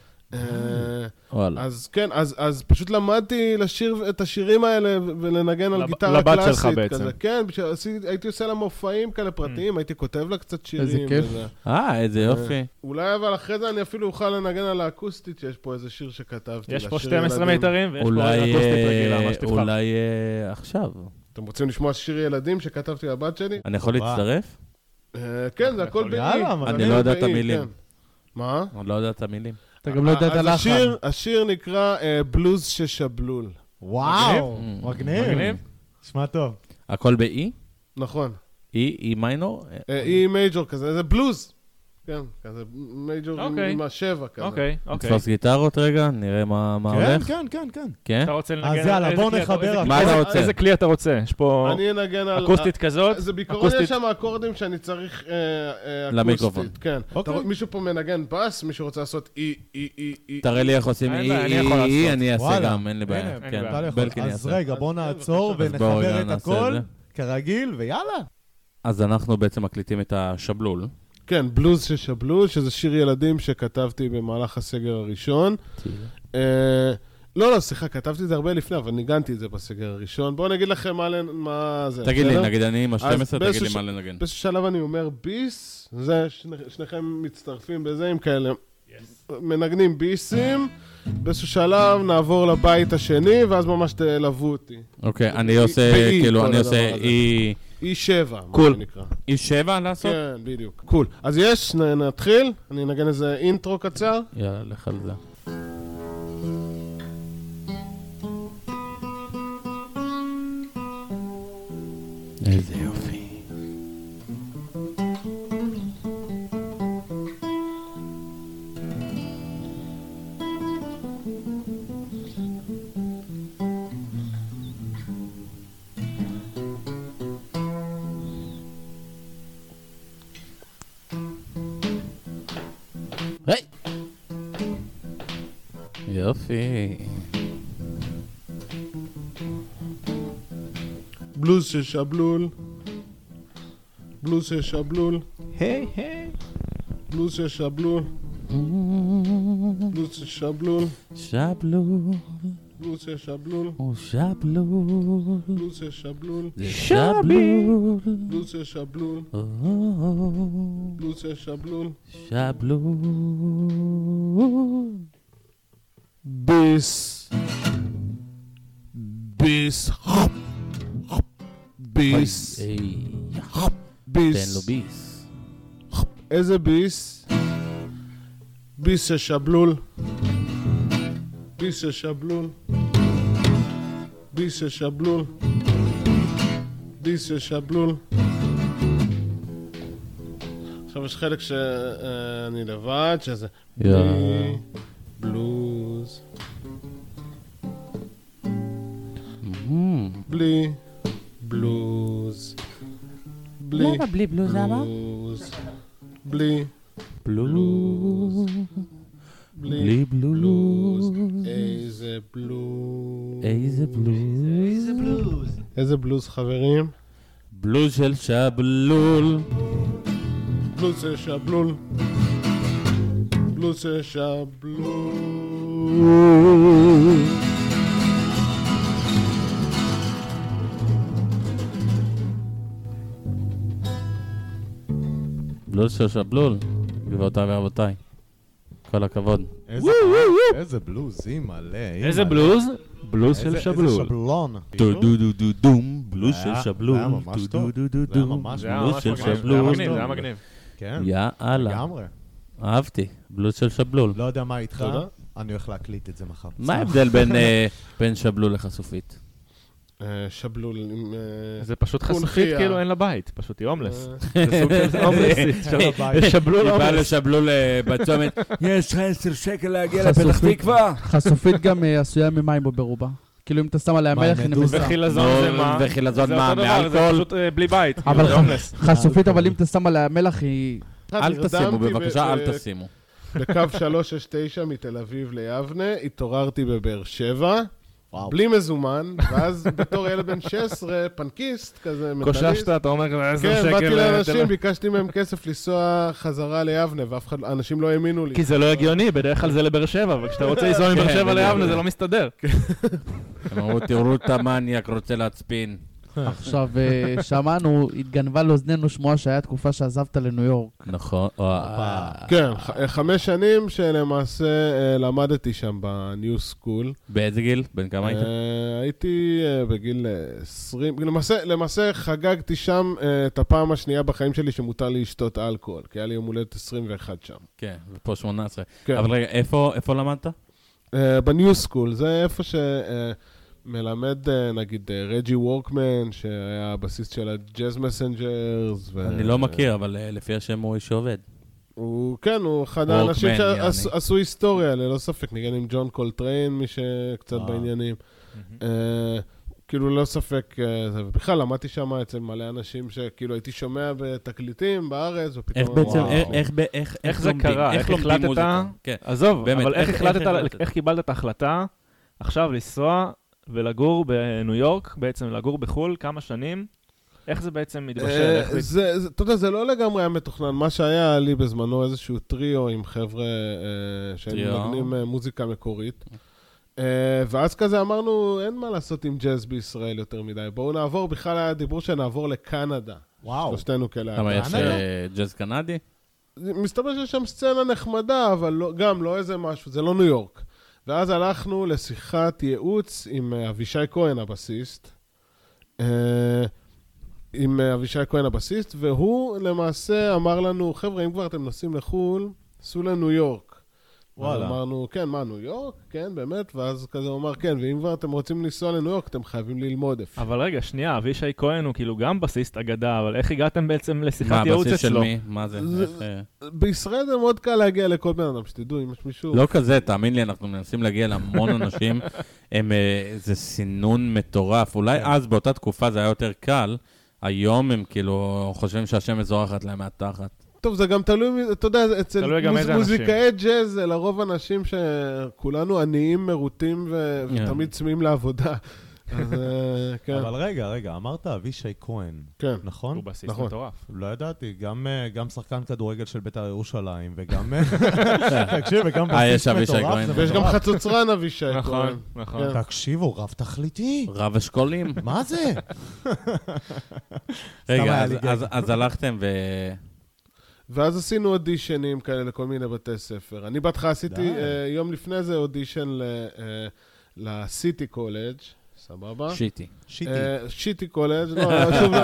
Speaker 1: אז כן, אז פשוט למדתי לשיר את השירים האלה ולנגן על גיטרה קלאסית.
Speaker 4: לבת שלך בעצם.
Speaker 1: כן, הייתי עושה לה מופעים כאלה פרטיים, הייתי כותב לה קצת שירים.
Speaker 5: איזה כיף.
Speaker 3: אה, איזה יופי.
Speaker 1: אולי אבל אחרי זה אני אפילו אוכל לנגן על האקוסטית, שיש פה איזה שיר שכתבתי.
Speaker 4: יש פה שתים עשרה מיתרים ויש פה אקוסטית רגילה, מה שתבחר.
Speaker 3: אולי עכשיו.
Speaker 1: אתם רוצים לשמוע שיר ילדים שכתבתי לבת שלי?
Speaker 3: אני יכול להצטרף?
Speaker 1: כן, זה הכל באי.
Speaker 3: אני לא יודע את המילים.
Speaker 1: מה?
Speaker 3: אני לא יודע את המילים.
Speaker 5: אתה גם לא יודע את הלחן.
Speaker 1: השיר נקרא בלוז ששבלול.
Speaker 2: וואו, מגניב. נשמע טוב.
Speaker 3: הכל באי?
Speaker 1: נכון.
Speaker 3: אי, אי מיינור?
Speaker 1: אי מייג'ור כזה, זה בלוז. כן, כזה מייג'ור עם השבע כזה.
Speaker 4: אוקיי, אוקיי.
Speaker 3: נתפוס גיטרות רגע, נראה מה הולך.
Speaker 2: כן, כן, כן.
Speaker 3: כן?
Speaker 4: אתה רוצה לנגן...
Speaker 2: אז יאללה, בואו נחבר.
Speaker 3: מה אתה רוצה?
Speaker 4: איזה כלי אתה רוצה? יש פה
Speaker 1: אני אנגן על...
Speaker 4: אקוסטית כזאת.
Speaker 1: זה בעיקרון יש שם אקורדים שאני צריך
Speaker 3: למיקרופון.
Speaker 1: כן. מישהו פה מנגן בס, מישהו רוצה לעשות אי, אי, אי, אי.
Speaker 3: תראה לי איך עושים אי, אי, אני אעשה גם, אין לי בעיה.
Speaker 2: אז רגע, בואו נעצור ונחבר את הכל, כרגיל, ויאללה.
Speaker 3: אז אנחנו בעצם מקליטים את השבלול.
Speaker 1: כן, בלוז ששבלול, שזה שיר ילדים שכתבתי במהלך הסגר הראשון. לא, לא, סליחה, כתבתי את זה הרבה לפני, אבל ניגנתי את זה בסגר הראשון. בואו נגיד לכם מה זה.
Speaker 3: תגיד לי, נגיד אני עם ה-שתים עשרה, תגיד לי מה לנגן.
Speaker 1: באיזשהו שלב אני אומר ביס, זה, שניכם מצטרפים בזה עם כאלה. מנגנים ביסים, באיזשהו שלב נעבור לבית השני, ואז ממש תלוו אותי.
Speaker 3: אוקיי, אני עושה, כאילו, אני עושה אי...
Speaker 1: אי שבע,
Speaker 3: קול.
Speaker 1: מה שנקרא.
Speaker 3: אי שבע לעשות?
Speaker 1: כן, בדיוק. קול. אז יש, נתחיל. אני נגן איזה אינטרו קצר.
Speaker 3: יאללה, לך על זה. איזה יופי. היי! יופי.
Speaker 1: בלוז של שבלול. בלוז של שבלול.
Speaker 3: היי, היי.
Speaker 1: בלוז של שבלול. בלוז של שבלול.
Speaker 3: שבלול.
Speaker 1: בלוז של שבלול.
Speaker 3: או שבלול.
Speaker 1: בלוז של שבלול.
Speaker 3: זה שבלול.
Speaker 1: בלוז של שבלול. בלוז של שבלול.
Speaker 3: שבלול.
Speaker 1: ביס. ביס. ביס. ביס.
Speaker 3: תן לו ביס.
Speaker 1: איזה ביס? ביס של שבלול. ביס של שבלול. ביס של שבלול. ביס של שבלול. עכשיו יש חלק שאני לבד, שזה בלי בלוז. בלי בלוז. בלי
Speaker 3: למה בלי בלוז, למה?
Speaker 1: בלי
Speaker 3: בלוז. בלי בלוז.
Speaker 1: איזה בלוז.
Speaker 3: איזה בלוז.
Speaker 1: איזה בלוז, חברים?
Speaker 3: בלוז של שבלול.
Speaker 1: בלוז של שבלול. בלוז של שבלול.
Speaker 3: בלוז של שבלול. גבירותיי ורבותיי. כל הכבוד.
Speaker 2: איזה בלוזי מלא.
Speaker 4: איזה בלוז? בלוז של שבלול.
Speaker 2: איזה שבלון.
Speaker 3: דו דו דו דו דום. בלוז של שבלול.
Speaker 2: זה היה ממש טוב.
Speaker 3: דו דו דו דום.
Speaker 2: ממש
Speaker 4: זה היה
Speaker 3: בלוז
Speaker 4: ממש
Speaker 3: של
Speaker 4: מגניב,
Speaker 3: שבלול.
Speaker 4: זה היה מגניב, זה היה מגניב.
Speaker 2: כן.
Speaker 3: יאללה.
Speaker 2: לגמרי.
Speaker 3: אהבתי. בלוז של שבלול.
Speaker 2: לא יודע מה איתך.
Speaker 1: תודה.
Speaker 2: אני הולך להקליט את זה מחר.
Speaker 3: מה ההבדל בין שבלול לחשופית?
Speaker 1: שבלול עם...
Speaker 4: זה פשוט חשופית,
Speaker 1: קונחייה.
Speaker 4: כאילו אין לה בית, פשוט היא הומלס. זה סוג של הומלסית. יש שבלול
Speaker 3: היא באה
Speaker 4: הומלס.
Speaker 3: לשבלול בצומת, יש לך עשר שקל להגיע לפתח תקווה.
Speaker 5: חשופית גם עשויה ממים בו ברובה. כאילו אם אתה שם עליה מלח, היא נמסה.
Speaker 4: וחילזון זה מה?
Speaker 3: וחילזון מה?
Speaker 4: מאלכוהול? זה פשוט בלי בית.
Speaker 5: חשופית, אבל אם אתה שם עליה מלח, היא...
Speaker 3: אל תשימו, בבקשה, אל תשימו.
Speaker 1: בקו שלוש שש תשע מתל אביב ליבנה, התעוררתי בבאר שבע, בלי מזומן, ואז בתור ילד בן שש עשרה, פנקיסט כזה, מטליסט.
Speaker 4: קוששת, אתה אומר, עשר שקל.
Speaker 1: כן, באתי לאנשים, ביקשתי מהם כסף לנסוע חזרה ליבנה, ואף אחד, אנשים לא האמינו לי.
Speaker 4: כי זה לא הגיוני, בדרך כלל זה לבאר שבע, וכשאתה רוצה לנסוע מבאר שבע ליבנה, זה לא מסתדר.
Speaker 3: הם אמרו, תראו את המניאק, רוצה להצפין.
Speaker 5: עכשיו, שמענו, התגנבה לאוזנינו שמועה שהיה תקופה שעזבת לניו יורק.
Speaker 3: נכון.
Speaker 1: כן, חמש שנים שלמעשה למדתי שם בניו סקול.
Speaker 3: באיזה גיל? בין כמה היית?
Speaker 1: הייתי בגיל עשרים, למעשה חגגתי שם את הפעם השנייה בחיים שלי שמותר לי לשתות אלכוהול, כי היה לי יום הולדת עשרים ואחת שם.
Speaker 3: כן, ופה שמונה עשרה. אבל רגע, איפה למדת?
Speaker 1: בניו סקול, זה איפה ש... מלמד, נגיד, רג'י וורקמן, שהיה הבסיס של הג'אז מסנג'רס.
Speaker 3: אני לא מכיר, אבל לפי השם הוא איש שעובד.
Speaker 1: הוא, כן, הוא אחד האנשים שעשו היסטוריה, ללא ספק. ניגן עם ג'ון קולטריין, מי שקצת בעניינים. כאילו, ללא ספק, ובכלל, למדתי שם אצל מלא אנשים שכאילו הייתי שומע בתקליטים בארץ, ופתאום...
Speaker 3: איך בעצם, איך
Speaker 4: זה קרה? איך החלטת? עזוב, אבל איך החלטת, איך קיבלת את ההחלטה עכשיו לנסוע ולגור בניו יורק, בעצם לגור בחול כמה שנים, איך זה בעצם מתבשל?
Speaker 1: אתה יודע, זה לא לגמרי היה מתוכנן. מה שהיה לי בזמנו איזשהו טריו עם חבר'ה שהם מנגנים מוזיקה מקורית. ואז כזה אמרנו, אין מה לעשות עם ג'אז בישראל יותר מדי. בואו נעבור, בכלל היה דיבור שנעבור לקנדה.
Speaker 2: וואו.
Speaker 1: שלושתנו כאלה.
Speaker 3: אבל יש ג'אז קנדי?
Speaker 1: מסתבר שיש שם סצנה נחמדה, אבל גם לא איזה משהו, זה לא ניו יורק. ואז הלכנו לשיחת ייעוץ עם אבישי כהן הבסיסט, עם אבישי כהן הבסיסט, והוא למעשה אמר לנו, חבר'ה, אם כבר אתם נוסעים לחול, סעו לניו יורק. וואלה. אמרנו, כן, מה, ניו יורק? כן, באמת? ואז כזה הוא אמר, כן, ואם כבר אתם רוצים לנסוע לניו יורק, אתם חייבים ללמוד איפה.
Speaker 4: אבל רגע, שנייה, אבישי כהן הוא כאילו גם בסיסט אגדה, אבל איך הגעתם בעצם לשיחת ייעוץ אצלו? מה, בסיסט של מי?
Speaker 3: מה זה?
Speaker 1: בישראל זה מאוד קל להגיע לכל בן אדם, שתדעו, אם יש מישהו...
Speaker 3: לא כזה, תאמין לי, אנחנו מנסים להגיע להמון אנשים, זה סינון מטורף. אולי אז באותה תקופה זה היה יותר קל, היום הם כאילו חושבים שהשם זורחת להם מהתחת.
Speaker 1: טוב, זה גם תלוי, אתה יודע, אצל מוזיקאי ג'אז, זה לרוב אנשים שכולנו עניים, מרוטים ותמיד צמאים לעבודה.
Speaker 2: אבל רגע, רגע, אמרת אבישי כהן, נכון?
Speaker 4: הוא בסיס מטורף.
Speaker 2: לא ידעתי, גם שחקן כדורגל של בית"ר ירושלים, וגם... תקשיב, וגם בסיס מטורף.
Speaker 1: ויש גם חצוצרן אבישי כהן.
Speaker 4: נכון, נכון.
Speaker 2: תקשיבו, רב תכליתי.
Speaker 3: רב אשכולים.
Speaker 2: מה זה?
Speaker 3: רגע, אז הלכתם ו...
Speaker 1: ואז עשינו אודישנים כאלה לכל מיני בתי ספר. אני בהתחלה עשיתי יום לפני זה אודישן לסיטי קולג', סבבה?
Speaker 3: שיטי.
Speaker 1: שיטי קולג', לא, שוב,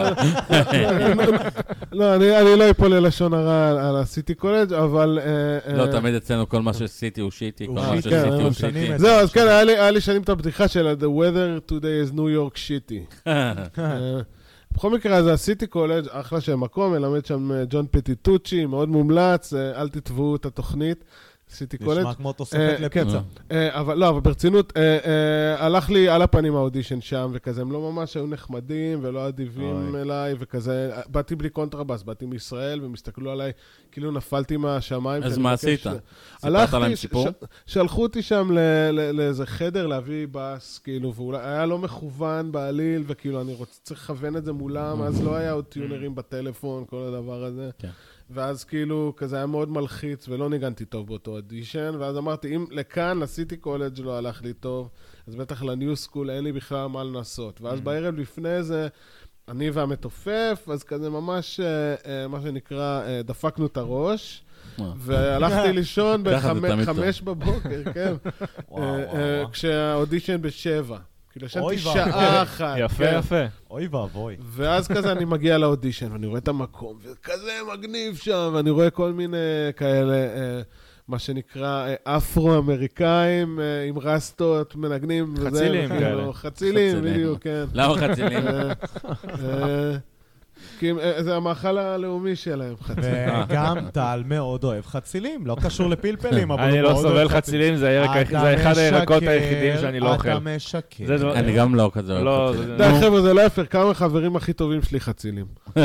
Speaker 1: לא, אני לא אפול ללשון הרע על הסיטי קולג', אבל...
Speaker 3: לא, תמיד אצלנו כל מה שסיטי הוא שיטי, כל מה שסיטי הוא שיטי.
Speaker 1: זהו, אז כן, היה לי שנים את הבדיחה של The weather today is New York shitty. בכל מקרה, זה הסיטי קולג', אחלה של מקום, מלמד שם ג'ון פטיטוצ'י, מאוד מומלץ, אל תתבעו את התוכנית. סיטי קולג'.
Speaker 2: נשמע כמו תוספת לפצע.
Speaker 1: אבל לא, אבל ברצינות, הלך לי על הפנים האודישן שם, וכזה, הם לא ממש היו נחמדים ולא אדיבים אליי, וכזה, באתי בלי קונטרבאס, באתי מישראל, והם הסתכלו עליי, כאילו נפלתי מהשמיים.
Speaker 3: אז מה עשית? סיפרת להם סיפור?
Speaker 1: שלחו אותי שם לאיזה חדר להביא בס, כאילו, והיה לא מכוון בעליל, וכאילו, אני צריך לכוון את זה מולם, אז לא היה עוד טיונרים בטלפון, כל הדבר הזה. ואז כאילו, כזה היה מאוד מלחיץ, ולא ניגנתי טוב באותו אודישן, ואז אמרתי, אם לכאן, לסיטי קולג' לא הלך לי טוב, אז בטח לניו סקול אין לי בכלל מה לנסות. ואז בערב לפני זה, אני והמתופף, אז כזה ממש, מה שנקרא, דפקנו את הראש, והלכתי לישון בחמש בבוקר, כן. כשהאודישן בשבע. כאילו, ישנתי שעה אחת.
Speaker 4: יפה, יפה.
Speaker 2: אוי ואבוי.
Speaker 1: ואז כזה אני מגיע לאודישן, ואני רואה את המקום, וכזה מגניב שם, ואני רואה כל מיני כאלה, מה שנקרא אפרו-אמריקאים, עם רסטות, מנגנים.
Speaker 4: חצילים כאלה.
Speaker 1: חצילים, בדיוק, כן.
Speaker 3: למה חצילים?
Speaker 1: כי זה המאכל הלאומי שלהם, חצילים.
Speaker 2: וגם טל מאוד אוהב חצילים, לא קשור לפלפלים, אבל
Speaker 4: אני לא סובל חצילים, זה אחד הירקות היחידים שאני לא אוכל.
Speaker 2: אתה משקר.
Speaker 3: אני גם לא כזה אוהב
Speaker 1: חצילים. די, חבר'ה, זה לא יפר, כמה חברים הכי טובים שלי חצילים.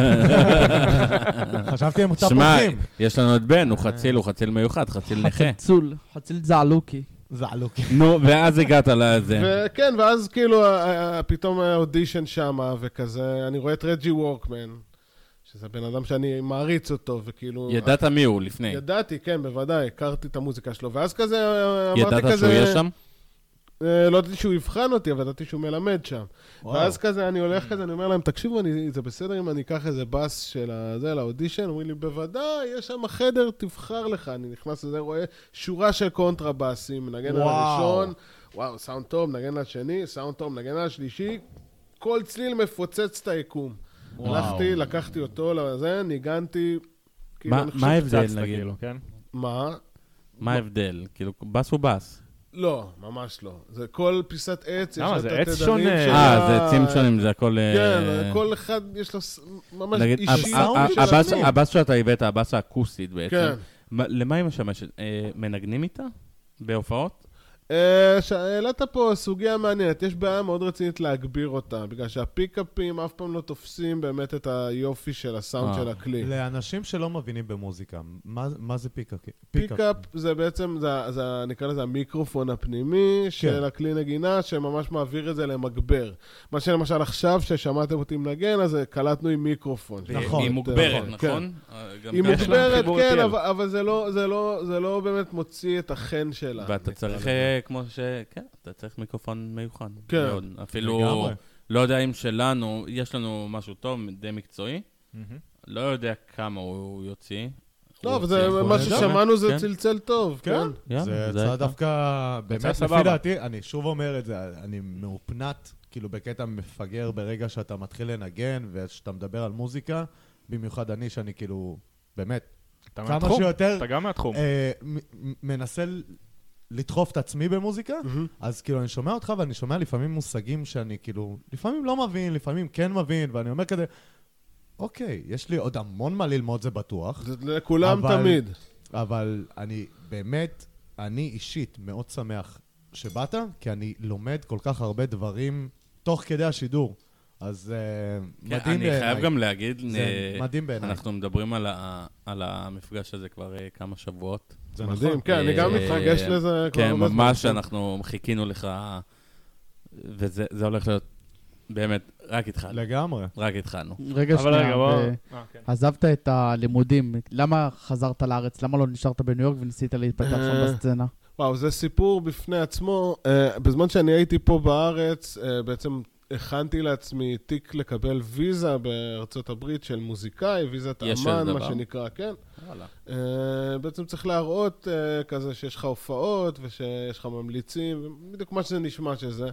Speaker 2: חשבתי הם אותה
Speaker 3: שמע,
Speaker 2: פוחים.
Speaker 3: יש לנו את בן, הוא חציל, הוא חציל מיוחד, חציל נכה.
Speaker 5: חציל, חציל זעלוקי.
Speaker 2: זעלוקי.
Speaker 3: נו, ואז הגעת לזה.
Speaker 1: וכן, ואז כאילו פתאום האודישן שם וכזה, אני רואה את רג'י וורקמן, שזה בן אדם שאני מעריץ אותו, וכאילו...
Speaker 3: ידעת מי הוא לפני?
Speaker 1: ידעתי, כן, בוודאי, הכרתי את המוזיקה שלו, ואז כזה אמרתי כזה...
Speaker 3: ידעת שהוא יהיה שם?
Speaker 1: לא ידעתי שהוא יבחן אותי, אבל ידעתי שהוא מלמד שם. ואז כזה, אני הולך כזה, אני אומר להם, תקשיבו, זה בסדר אם אני אקח איזה בס של זה, לאודישן? אומרים לי, בוודאי, יש שם חדר, תבחר לך. אני נכנס לזה, רואה שורה של קונטרבסים, מנגן על הראשון, וואו, סאונד טוב, מנגן על השני, סאונד טוב, מנגן על השלישי, כל צליל מפוצץ את היקום. הלכתי, לקחתי אותו לזה, ניגנתי,
Speaker 3: מה ההבדל, נגיד?
Speaker 1: מה?
Speaker 3: מה ההבדל? כאילו, בס הוא בס.
Speaker 1: לא, ממש לא. זה כל פיסת עץ,
Speaker 4: יש את התדרים שלה.
Speaker 3: אה, זה עצים שונים, זה הכל...
Speaker 1: כן, כל אחד יש לו ממש אישי.
Speaker 3: הבס שאתה הבאת, הבס האקוסטית בעצם. למה היא משמשת? מנגנים איתה? בהופעות?
Speaker 1: שאלת פה סוגיה מעניינת, יש בעיה מאוד רצינית להגביר אותה, בגלל שהפיקאפים אף פעם לא תופסים באמת את היופי של הסאונד של הכלי.
Speaker 2: לאנשים שלא מבינים במוזיקה, מה זה פיקאפ?
Speaker 1: פיקאפ זה בעצם, נקרא לזה המיקרופון הפנימי של הכלי נגינה, שממש מעביר את זה למגבר. מה שלמשל עכשיו ששמעתם אותי מנגן, אז קלטנו עם מיקרופון.
Speaker 3: היא מוגברת, נכון?
Speaker 1: היא מוגברת, כן, אבל זה לא באמת מוציא את החן שלה.
Speaker 3: ואתה צריך... כמו ש... כן, אתה צריך מיקרופון מיוחד.
Speaker 1: כן.
Speaker 3: אפילו, לא יודע אם שלנו, יש לנו משהו טוב, די מקצועי. לא יודע כמה הוא יוציא.
Speaker 1: לא, אבל זה מה ששמענו זה צלצל טוב, כן.
Speaker 2: זה יצא דווקא, באמת, לפי דעתי, אני שוב אומר את זה, אני מאופנת, כאילו בקטע מפגר ברגע שאתה מתחיל לנגן, ושאתה מדבר על מוזיקה, במיוחד אני שאני כאילו, באמת, כמה שיותר...
Speaker 4: אתה גם מהתחום.
Speaker 2: מנסה... לדחוף את עצמי במוזיקה, אז כאילו אני שומע אותך ואני שומע לפעמים מושגים שאני כאילו, לפעמים לא מבין, לפעמים כן מבין, ואני אומר כזה, אוקיי, יש לי עוד המון מה ללמוד, זה בטוח.
Speaker 1: זה לכולם תמיד.
Speaker 2: אבל אני באמת, אני אישית מאוד שמח שבאת, כי אני לומד כל כך הרבה דברים תוך כדי השידור. אז מדהים בעיניי.
Speaker 3: אני חייב גם להגיד,
Speaker 2: מדהים בעיניי.
Speaker 3: אנחנו מדברים על המפגש הזה כבר כמה שבועות.
Speaker 1: זה מדהים, כן, אני גם מתרגש לזה.
Speaker 3: כן, ממש אנחנו חיכינו לך, וזה הולך להיות באמת, רק התחלנו.
Speaker 2: לגמרי.
Speaker 3: רק התחלנו.
Speaker 5: רגע שנייה, עזבת את הלימודים, למה חזרת לארץ? למה לא נשארת בניו יורק וניסית להתפתח שם בסצנה?
Speaker 1: וואו, זה סיפור בפני עצמו. בזמן שאני הייתי פה בארץ, בעצם... הכנתי לעצמי תיק לקבל ויזה בארצות הברית של מוזיקאי, ויזת אמן, מה שנקרא, כן. בעצם צריך להראות כזה שיש לך הופעות ושיש לך ממליצים, בדיוק מה שזה נשמע שזה.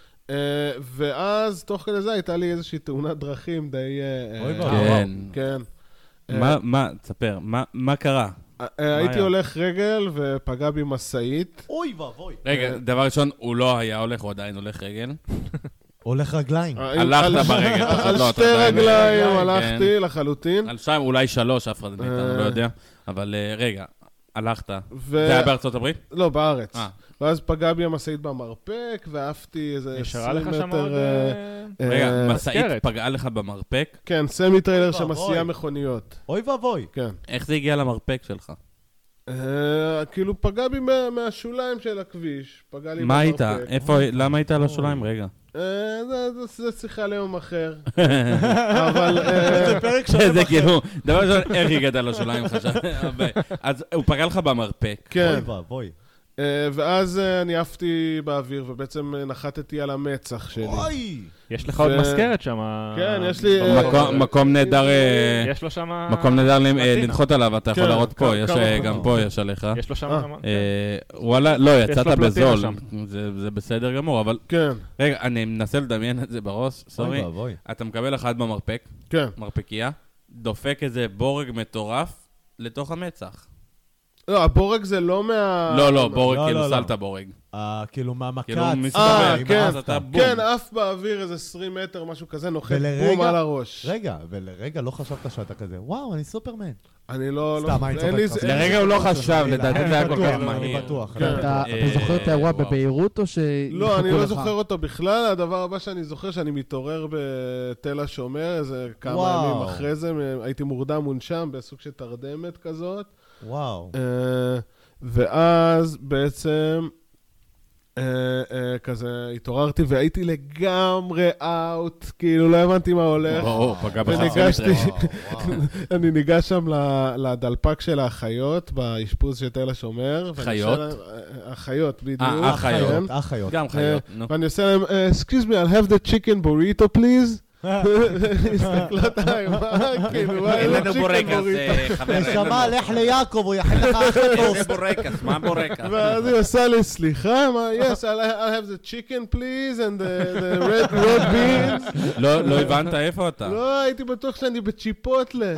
Speaker 1: ואז תוך כדי זה הייתה לי איזושהי תאונת דרכים די...
Speaker 3: כן.
Speaker 1: כן.
Speaker 3: מה, תספר, מה קרה?
Speaker 1: הייתי הולך רגל ופגע בי מסעית.
Speaker 2: אוי ואבוי.
Speaker 3: רגע, דבר ראשון, הוא לא היה הולך, הוא עדיין הולך רגל.
Speaker 2: הולך רגליים.
Speaker 3: הלכת ברגל.
Speaker 1: על שתי רגליים הלכתי לחלוטין.
Speaker 3: על שתיים, אולי שלוש, אף אחד מאיתנו לא יודע. אבל רגע, הלכת. זה היה בארצות הברית?
Speaker 1: לא, בארץ. ואז פגע בי המשאית במרפק, ואהבתי איזה עשרים מטר...
Speaker 3: רגע, משאית פגעה לך במרפק?
Speaker 1: כן, סמי טריילר שמסיע מכוניות.
Speaker 2: אוי ואבוי.
Speaker 1: כן.
Speaker 3: איך זה הגיע למרפק שלך?
Speaker 1: כאילו פגע בי מהשוליים של הכביש, פגע לי במרפק.
Speaker 3: מה היית? איפה, למה היית על השוליים? רגע.
Speaker 1: זה שיחה ליום אחר. אבל...
Speaker 2: זה פרק שלם
Speaker 3: זה
Speaker 2: אחר.
Speaker 3: כאילו, דבר ראשון, איך הגעת על השוליים חשב? אז הוא פגע לך במרפק.
Speaker 1: כן.
Speaker 2: אוי ואבוי.
Speaker 1: ואז אני עפתי באוויר, ובעצם נחתתי על המצח שלי.
Speaker 2: אוי!
Speaker 4: יש לך עוד מזכרת שם.
Speaker 1: כן, יש לי...
Speaker 3: מקום נהדר...
Speaker 4: יש לו שם...
Speaker 3: מקום נהדר לנחות עליו, אתה יכול להראות פה, גם פה יש עליך.
Speaker 4: יש לו שם...
Speaker 3: וואלה, לא, יצאת בזול. זה בסדר גמור, אבל...
Speaker 1: כן.
Speaker 3: רגע, אני מנסה לדמיין את זה בראש, סורי. אתה מקבל אחד במרפק, מרפקייה, דופק איזה בורג מטורף לתוך המצח.
Speaker 1: לא, הבורג זה לא מה...
Speaker 3: לא, לא, בורג, כאילו סלטה בורג.
Speaker 2: כאילו מהמקץ.
Speaker 1: אה, כן, כן, אף באוויר איזה עשרים מטר, משהו כזה, נוחת בום על הראש.
Speaker 2: רגע, ולרגע לא חשבת שאתה כזה, וואו, אני סופרמן.
Speaker 1: אני לא...
Speaker 2: סתם, אני צוחק.
Speaker 3: לרגע הוא לא חשב, לדעתי זה היה כל כך מהיר.
Speaker 2: אני בטוח.
Speaker 5: אתה זוכר את האירוע בביירות או ש...
Speaker 1: לא, אני לא זוכר אותו בכלל. הדבר הבא שאני זוכר, שאני מתעורר בתל השומר, איזה כמה ימים אחרי זה, הייתי מורדם מונשם בסוג של תרדמת כזאת.
Speaker 2: וואו.
Speaker 1: ואז בעצם... כזה התעוררתי והייתי לגמרי אאוט, כאילו לא הבנתי מה הולך. אני ניגש שם לדלפק של האחיות, באשפוז של תל השומר.
Speaker 3: חיות?
Speaker 1: החיות, בדיוק.
Speaker 3: החיות.
Speaker 2: החיות.
Speaker 3: גם חיות.
Speaker 1: ואני עושה להם, excuse me, I'll have the chicken burrito please. הסתכלות עליי, מה? כאילו, מה?
Speaker 3: אין לנו בורקס, חבר.
Speaker 2: נשמה, לך ליעקב, הוא יכין לך אחלה טוב.
Speaker 3: איזה בורקס, מה בורקס?
Speaker 1: ואז היא עושה לי, סליחה, yes, I'll have the chicken please and the red beans.
Speaker 3: לא הבנת איפה אתה?
Speaker 1: לא, הייתי בטוח שאני בצ'יפוטלה.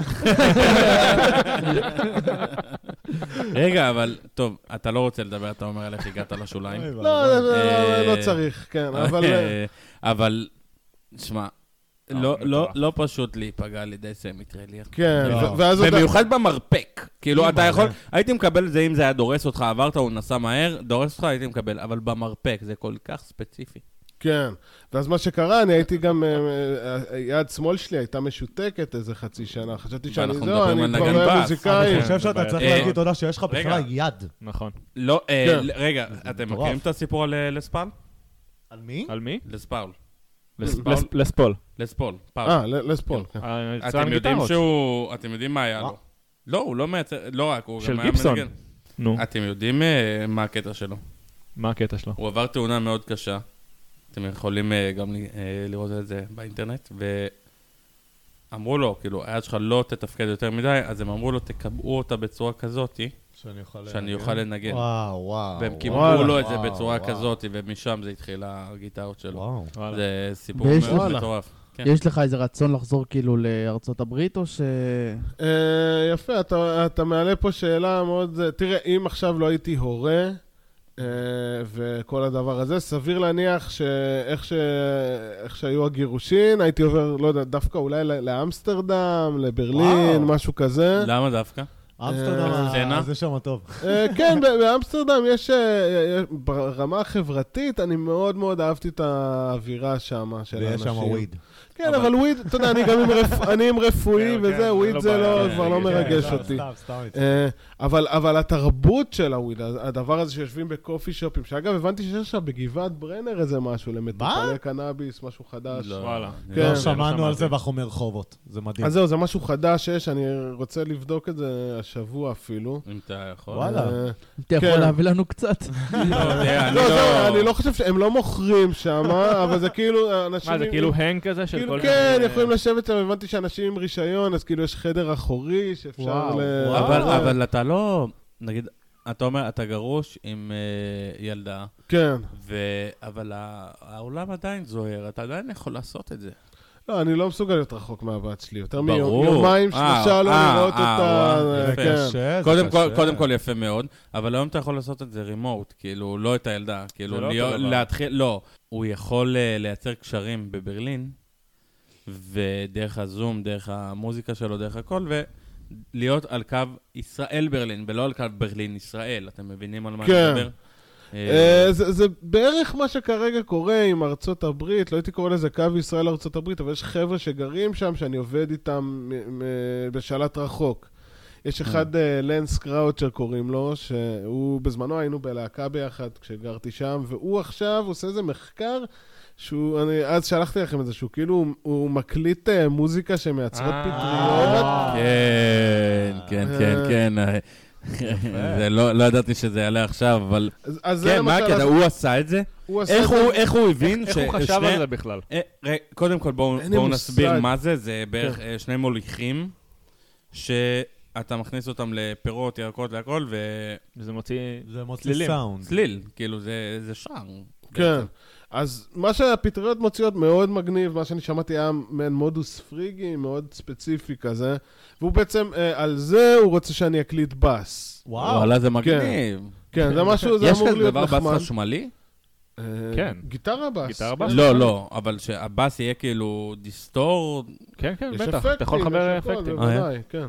Speaker 3: רגע, אבל, טוב, אתה לא רוצה לדבר, אתה אומר על איך הגעת לשוליים.
Speaker 1: לא, לא צריך, כן, אבל...
Speaker 3: אבל, שמע, לא, לא, לא פשוט להיפגע על ידי סמיטריליה.
Speaker 1: כן,
Speaker 3: במיוחד במרפק. כאילו, אתה יכול, הייתי מקבל את זה אם זה היה דורס אותך, עברת, הוא נסע מהר, דורס אותך, הייתי מקבל, אבל במרפק זה כל כך ספציפי.
Speaker 1: כן, ואז מה שקרה, אני הייתי גם, יד שמאל שלי הייתה משותקת איזה חצי שנה, חשבתי שאני זהו, אני כבר לא מוזיקאי.
Speaker 2: אני חושב שאתה צריך להגיד תודה שיש לך בכלל יד.
Speaker 4: נכון.
Speaker 3: לא, רגע, אתם מכירים את הסיפור על לספל?
Speaker 2: על מי?
Speaker 4: על מי?
Speaker 3: לספל.
Speaker 4: לספול.
Speaker 3: לספול, פאול.
Speaker 1: אה, לספול.
Speaker 3: אתם יודעים שהוא, אתם יודעים מה היה לו. לא, הוא לא מייצר, לא רק, הוא
Speaker 4: של גיפסון. נו.
Speaker 3: אתם יודעים מה הקטע שלו.
Speaker 4: מה הקטע שלו?
Speaker 3: הוא עבר תאונה מאוד קשה. אתם יכולים גם לראות את זה באינטרנט, ואמרו לו, כאילו, היד שלך לא תתפקד יותר מדי, אז הם אמרו לו, תקבעו אותה בצורה כזאת, שאני אוכל לנגן.
Speaker 2: וואו, וואו.
Speaker 3: והם קיבלו לו את זה בצורה כזאת, ומשם זה התחיל הגיטרות שלו. זה סיפור מאוד מטורף.
Speaker 5: יש לך איזה רצון לחזור כאילו לארצות הברית, או ש...
Speaker 1: יפה, אתה מעלה פה שאלה מאוד... תראה, אם עכשיו לא הייתי הורה, וכל הדבר הזה, סביר להניח שאיך שהיו הגירושין, הייתי עובר, לא יודע, דווקא אולי לאמסטרדם, לברלין, משהו כזה.
Speaker 3: למה דווקא?
Speaker 2: אמסטרדם, זה שם טוב.
Speaker 1: כן, באמסטרדם יש, ברמה החברתית, אני מאוד מאוד אהבתי את האווירה שם של האנשים.
Speaker 2: ויש שם וויד.
Speaker 1: כן, אבל וויד, אתה יודע, אני עם רפואי וזה, וויד זה כבר לא מרגש אותי. אבל התרבות של הוויד, הדבר הזה שיושבים בקופי שופים, שאגב, הבנתי שיש עכשיו בגבעת ברנר איזה משהו, למטופלי קנאביס, משהו חדש.
Speaker 2: לא שמענו על זה בחומר חובות, זה מדהים.
Speaker 1: אז זהו, זה משהו חדש שיש, אני רוצה לבדוק את זה השבוע אפילו.
Speaker 3: אם אתה יכול.
Speaker 2: וואלה.
Speaker 5: אתה יכול להביא לנו קצת.
Speaker 1: לא, אני לא חושב שהם לא מוכרים שם, אבל זה כאילו אנשים...
Speaker 4: מה, זה כאילו הנג כזה של כל...
Speaker 1: כן, יכולים לשבת שם, הבנתי שאנשים עם רישיון, אז כאילו יש חדר אחורי שאפשר ל...
Speaker 3: אבל אתה לא... נגיד, אתה אומר, אתה גרוש עם ילדה.
Speaker 1: כן.
Speaker 3: אבל העולם עדיין זוהר, אתה עדיין יכול לעשות את זה.
Speaker 1: לא, אני לא מסוגל להיות רחוק מהבת שלי. יותר מיומיים, שלושה, לא לראות אותה.
Speaker 3: קודם כל יפה מאוד, אבל היום אתה יכול לעשות את זה רימוט, כאילו, לא את הילדה. כאילו, להתחיל... לא, הוא יכול לייצר קשרים בברלין, ודרך הזום, דרך המוזיקה שלו, דרך הכל, ולהיות על קו ישראל-ברלין, ולא על קו ברלין-ישראל. אתם מבינים על מה אני מדבר?
Speaker 1: זה בערך מה שכרגע קורה עם ארצות הברית, לא הייתי קורא לזה קו ישראל ארצות הברית, אבל יש חבר'ה שגרים שם שאני עובד איתם בשלט רחוק. יש אחד, לנס קראוצ'ר קוראים לו, שהוא בזמנו היינו בלהקה ביחד כשגרתי שם, והוא עכשיו עושה איזה מחקר, שהוא, אני אז שלחתי לכם את זה, שהוא כאילו, הוא מקליט מוזיקה שמייצרות פטריות.
Speaker 3: כן, כן, כן, כן. לא ידעתי שזה יעלה עכשיו, אבל... כן, מה הקטע? הוא עשה את זה? איך הוא הבין?
Speaker 4: איך הוא חשב על זה בכלל?
Speaker 3: קודם כל בואו נסביר מה זה, זה בערך שני מוליכים, שאתה מכניס אותם לפירות, ירקות, להכל,
Speaker 4: וזה מוציא
Speaker 2: סאונד.
Speaker 3: צליל, כאילו זה שער.
Speaker 1: כן. אז מה שהפטריות מוציאות מאוד מגניב, מה שאני שמעתי היה מעין מודוס פריגי, מאוד ספציפי כזה, והוא בעצם, על זה הוא רוצה שאני אקליט בס.
Speaker 3: וואו. וואלה, זה מגניב.
Speaker 1: כן, זה משהו, זה אמור להיות נחמד.
Speaker 3: יש כזה דבר בס חשמלי?
Speaker 4: כן.
Speaker 1: גיטרה בס.
Speaker 4: גיטרה בס?
Speaker 3: לא, לא, אבל שהבס יהיה כאילו דיסטור.
Speaker 4: כן, כן, בטח. אתה יכול לחבר אפקטים.
Speaker 1: בוודאי, כן.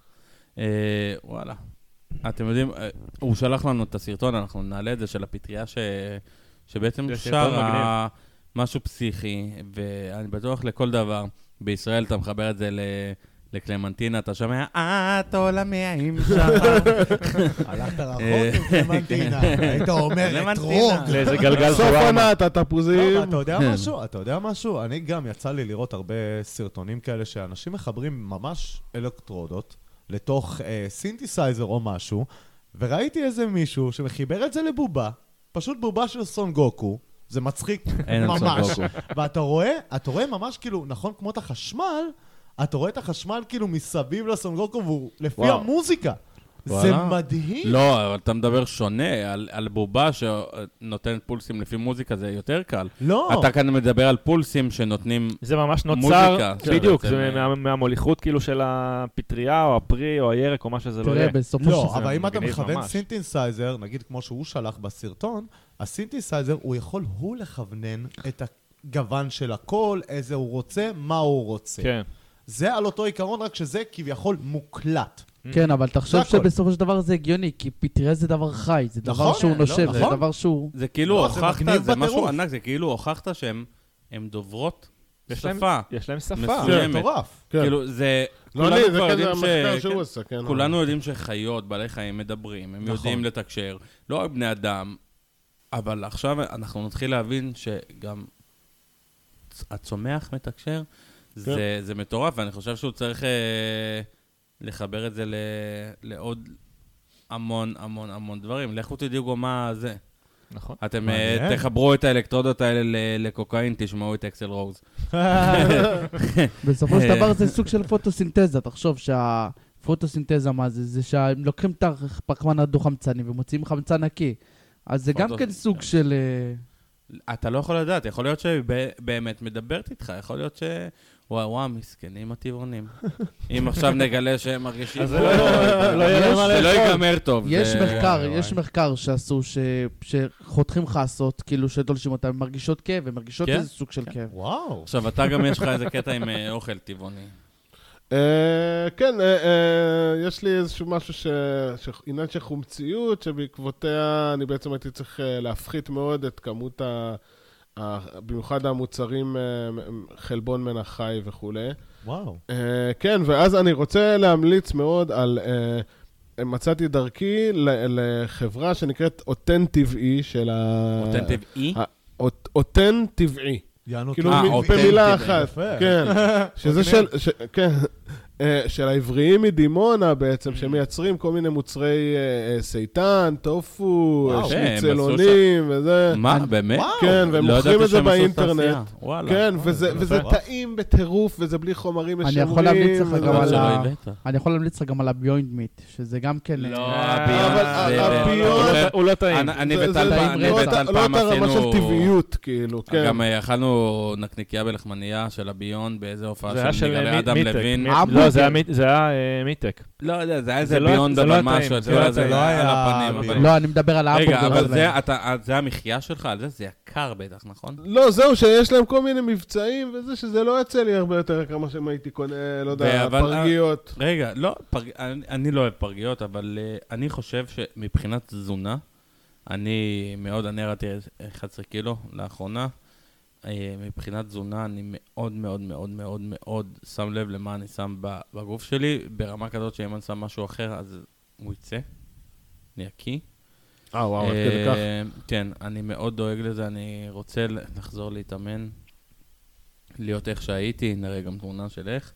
Speaker 3: וואלה. אתם יודעים, הוא שלח לנו את הסרטון, אנחנו נעלה את זה של הפטריה שבעצם שר משהו פסיכי, ואני בטוח לכל דבר. בישראל אתה מחבר את זה לקלמנטינה, אתה שומע, את עולמי עם שחר.
Speaker 2: הלכת רחוק עם קלמנטינה, היית אומר אתרוג.
Speaker 4: לאיזה גלגל
Speaker 1: סוף עונת, התפוזים.
Speaker 2: אתה יודע משהו? אתה יודע משהו? אני גם יצא לי לראות הרבה סרטונים כאלה שאנשים מחברים ממש אלקטרודות לתוך סינתסייזר או משהו, וראיתי איזה מישהו שמחיבר את זה לבובה, פשוט בובה של סון גוקו, זה מצחיק ממש. ואתה רואה, אתה רואה ממש כאילו, נכון כמו את החשמל, אתה רואה את החשמל כאילו מסביב לסון גוקו, והוא לפי המוזיקה. זה מדהים.
Speaker 3: לא, אבל אתה מדבר שונה, על, על בובה שנותנת פולסים לפי מוזיקה, זה יותר קל.
Speaker 2: לא.
Speaker 3: אתה כאן מדבר על פולסים שנותנים מוזיקה.
Speaker 4: זה ממש נוצר, בדיוק, זה מה, מהמוליכות כאילו של הפטריה, או הפרי, או הירק, או מה שזה לא יהיה.
Speaker 2: לא, אבל אם אתה מכוון סינתסייזר, נגיד כמו שהוא שלח בסרטון, הסינתסייזר הוא יכול הוא לכוונן את הגוון של הכל, איזה הוא רוצה, מה הוא רוצה.
Speaker 4: כן.
Speaker 2: זה על אותו עיקרון, רק שזה כביכול מוקלט.
Speaker 5: כן, אבל תחשוב שבסופו של דבר זה הגיוני, כי פטריה זה דבר חי, זה דבר שהוא נושב, זה דבר שהוא...
Speaker 3: זה כאילו הוכחת, זה משהו ענק, זה כאילו הוכחת שהן דוברות שפה.
Speaker 4: יש להם שפה.
Speaker 2: זה מטורף.
Speaker 3: כאילו זה...
Speaker 1: לא לי, זה כזה המחקר שהוא עושה, כן.
Speaker 3: כולנו יודעים שחיות, בעלי חיים מדברים, הם יודעים לתקשר, לא רק בני אדם, אבל עכשיו אנחנו נתחיל להבין שגם הצומח מתקשר, זה מטורף, ואני חושב שהוא צריך... לחבר את זה לעוד המון, המון, המון דברים. לכו תדעו מה זה.
Speaker 4: נכון.
Speaker 3: אתם תחברו את האלקטרודות האלה לקוקאין, תשמעו את אקסל רוז.
Speaker 5: בסופו של דבר זה סוג של פוטוסינתזה. תחשוב שהפוטוסינתזה מה זה? זה שלוקחים את הפחמן הדו-חמצני ומוציאים חמצן נקי. אז זה גם כן סוג של...
Speaker 3: אתה לא יכול לדעת. יכול להיות שבאמת מדברת איתך. יכול להיות ש... וואו, וואו, מסכנים הטבעונים. אם עכשיו נגלה שהם מרגישים...
Speaker 4: אז זה לא יהיה להם מה לאכול.
Speaker 3: זה לא ייגמר טוב.
Speaker 5: יש מחקר, יש מחקר שעשו, שחותכים חסות, כאילו שדולשים אותם, מרגישות כאב, ומרגישות איזה סוג של כאב.
Speaker 2: וואו.
Speaker 3: עכשיו, אתה גם יש לך איזה קטע עם אוכל טבעוני.
Speaker 1: כן, יש לי איזשהו משהו עניין של חומציות, שבעקבותיה אני בעצם הייתי צריך להפחית מאוד את כמות ה... במיוחד המוצרים חלבון מן החי וכו'.
Speaker 2: וואו.
Speaker 1: כן, ואז אני רוצה להמליץ מאוד על, מצאתי דרכי לחברה שנקראת אותן טבעי של ה...
Speaker 3: אותן טבעי?
Speaker 1: אותן טבעי.
Speaker 2: יענו
Speaker 1: כאילו במילה אחת. כן. שזה של... כן. של העבריים מדימונה בעצם, שמייצרים כל מיני מוצרי סייטן, טופו, שניצלונים וזה.
Speaker 3: מה, באמת?
Speaker 1: כן, והם מוכרים את זה באינטרנט. כן, וזה טעים בטירוף, וזה בלי חומרים משמרים.
Speaker 5: אני יכול להמליץ לך גם על הביונד מיט, שזה גם כן...
Speaker 3: לא, הביונד...
Speaker 4: הוא לא טעים.
Speaker 3: אני וטל פעם עשינו...
Speaker 1: לא את הרמה של טבעיות, כאילו, כן.
Speaker 3: גם אכלנו נקניקיה בלחמניה של הביונד, באיזה הופעה של נגלה אדם לוין.
Speaker 4: לא, זה היה מיטק.
Speaker 3: לא יודע, זה היה איזה ביונד אבל משהו, זה לא היה על הפנים.
Speaker 5: לא, אני מדבר על האמבורגר.
Speaker 3: רגע, אבל זה המחיה שלך על זה? זה יקר בטח, נכון?
Speaker 1: לא, זהו, שיש להם כל מיני מבצעים וזה, שזה לא יצא לי הרבה יותר כמה שמה הייתי קונה, לא יודע, פרגיות.
Speaker 3: רגע, לא, אני לא אוהב פרגיות, אבל אני חושב שמבחינת תזונה, אני מאוד, אני הראיתי אחד עשר קילו לאחרונה, מבחינת תזונה אני מאוד מאוד מאוד מאוד מאוד שם לב למה אני שם בגוף שלי, ברמה כזאת שאם אני שם משהו אחר אז הוא יצא, נקי.
Speaker 1: אה וואו, עד כדי כך.
Speaker 3: כן, אני מאוד דואג לזה, אני רוצה לחזור להתאמן, להיות איך שהייתי, נראה גם תמונה של איך.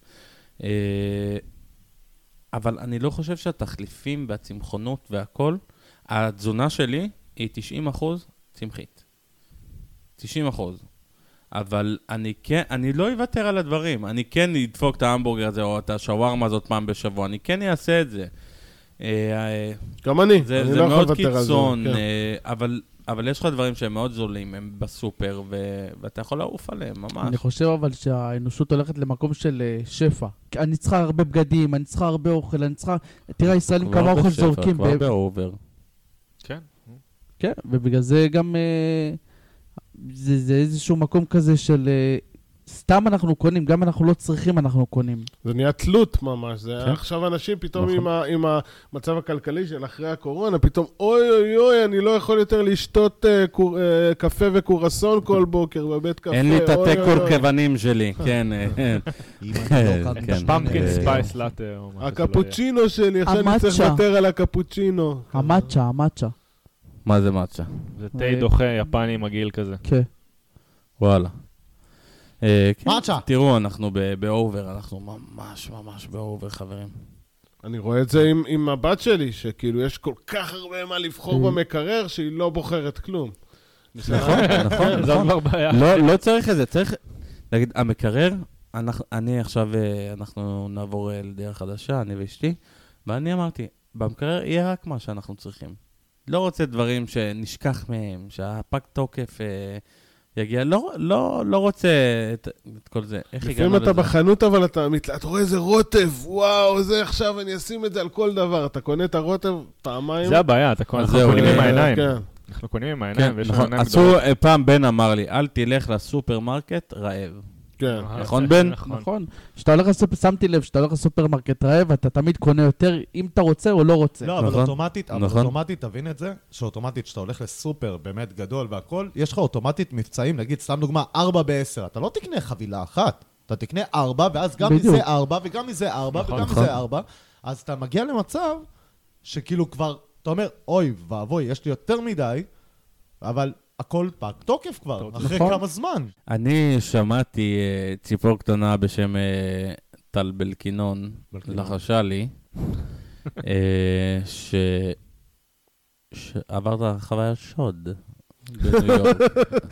Speaker 3: אבל אני לא חושב שהתחליפים והצמחונות והכל, התזונה שלי היא תשעים אחוז צמחית. תשעים אחוז. אבל אני כן, אני לא אוותר על הדברים. אני כן אדפוק את ההמבורגר הזה, או את השווארמה הזאת פעם בשבוע. אני כן אעשה את זה.
Speaker 1: גם אני.
Speaker 3: זה מאוד קיצון, אבל אבל יש לך דברים שהם מאוד זולים, הם בסופר, ואתה יכול לעוף עליהם, ממש.
Speaker 5: אני חושב אבל שהאנושות הולכת למקום של שפע. אני צריכה הרבה בגדים, אני צריכה הרבה אוכל, אני צריכה... תראה, ישראלים כמה אוכל זורקים.
Speaker 3: כבר באובר.
Speaker 4: כן.
Speaker 5: כן, ובגלל זה גם... זה איזשהו מקום כזה של... סתם אנחנו קונים, גם אנחנו לא צריכים, אנחנו קונים.
Speaker 1: זה נהיה תלות ממש. זה כן. עכשיו אנשים פתאום נכון. עם, ה, עם המצב הכלכלי של אחרי הקורונה, פתאום אוי אוי אוי, אני לא יכול יותר לשתות uh, קור, uh, קפה וקורסון כל בוקר בבית קפה.
Speaker 3: אין לי את התקורקבנים שלי, כן.
Speaker 4: פמפקין ספייס לאטה.
Speaker 1: הקפוצ'ינו שלי, עכשיו אני צריך לוותר על הקפוצ'ינו.
Speaker 5: המצ'ה, המצ'ה.
Speaker 3: מה זה מצ'ה?
Speaker 4: זה תה דוחה יפני מגעיל כזה.
Speaker 5: כן.
Speaker 3: וואלה. תראו, אנחנו באובר, אנחנו ממש ממש באובר, חברים.
Speaker 1: אני רואה את זה עם הבת שלי, שכאילו יש כל כך הרבה מה לבחור במקרר, שהיא לא בוחרת כלום.
Speaker 3: נכון, נכון.
Speaker 4: זו כבר בעיה.
Speaker 3: לא צריך את זה, צריך... להגיד, המקרר, אני עכשיו, אנחנו נעבור לדרך חדשה, אני ואשתי, ואני אמרתי, במקרר יהיה רק מה שאנחנו צריכים. לא רוצה דברים שנשכח מהם, שהפג תוקף... יגיע, לא, לא, לא רוצה את, את כל זה. איך הגענו
Speaker 1: לזה? לפעמים אתה בחנות, אבל אתה מתלה, אתה רואה איזה רוטב, וואו, זה עכשיו אני אשים את זה על כל דבר. אתה קונה את הרוטב פעמיים.
Speaker 4: זה הבעיה, אתה קונה, אנחנו קונים עם העיניים. אנחנו קונים עם העיניים, ויש לנו עיניים
Speaker 3: גדולות. פעם בן אמר לי, אל תלך לסופרמרקט רעב.
Speaker 1: כן.
Speaker 3: נכון, בן?
Speaker 5: נכון. שאתה הולך לסופר, שמתי לב, שאתה הולך לסופרמרקט רעב, אתה תמיד קונה יותר, אם אתה רוצה או לא רוצה.
Speaker 2: לא, אבל אוטומטית, אבל אוטומטית, תבין את זה, שאוטומטית, שאתה הולך לסופר באמת גדול והכל, יש לך אוטומטית מבצעים, נגיד, סתם דוגמה, ארבע בעשר, אתה לא תקנה חבילה אחת, אתה תקנה ארבע, ואז גם מזה ארבע, וגם מזה ארבע, וגם מזה ארבע, אז אתה מגיע למצב שכאילו כבר, אתה אומר, אוי ואבוי, יש לי יותר מדי, אבל הכל פג תוקף כבר, אחרי כמה זמן.
Speaker 3: אני שמעתי ציפור קטנה בשם טל בלקינון, לחשה לי, שעברת חוויה שוד בניו יורק.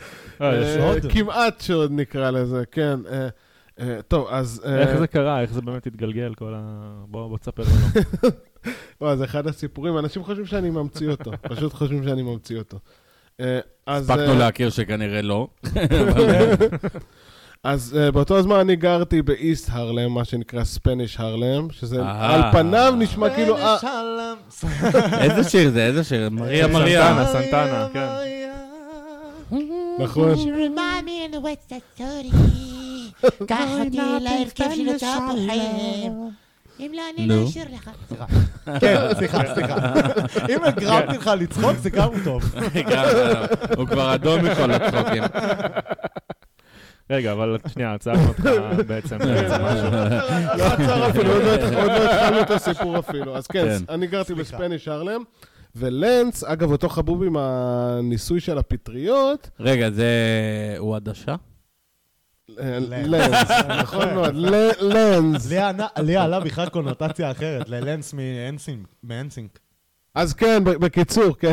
Speaker 1: כמעט שוד נקרא לזה, כן. טוב, אז...
Speaker 4: איך זה קרה? איך זה באמת התגלגל כל ה... בוא תספר לנו.
Speaker 1: וואו, זה אחד הסיפורים. אנשים חושבים שאני ממציא אותו. פשוט חושבים שאני ממציא אותו.
Speaker 3: הספקנו להכיר שכנראה לא.
Speaker 1: אז באותו הזמן אני גרתי באיסט הרלם, מה שנקרא ספניש הרלם, שזה על פניו נשמע כאילו...
Speaker 3: איזה שיר זה? איזה שיר? מריה מריה.
Speaker 4: סנטנה, סנטנה, כן.
Speaker 1: נכון.
Speaker 6: קח אותי להרכב של הצפוחים. אם לא, אני לא אשאיר לך.
Speaker 2: סליחה. כן, סליחה, סליחה. אם הגרמתי לך לצחוק, זה גם טוב.
Speaker 3: הוא כבר אדום מכל הצחוקים.
Speaker 4: רגע, אבל שנייה, עצרנו אותך בעצם.
Speaker 1: לא עצר אפילו, עוד לא התחלנו את הסיפור אפילו. אז כן, אני גרתי בספניש הרלם, ולנס, אגב, אותו חבוב עם הניסוי של הפטריות.
Speaker 3: רגע, זה... הוא עדשה?
Speaker 1: לנס, נכון מאוד, לנס.
Speaker 2: לי עלה בכלל קונוטציה אחרת, ללנס מאנסינק.
Speaker 1: אז כן, בקיצור, כן.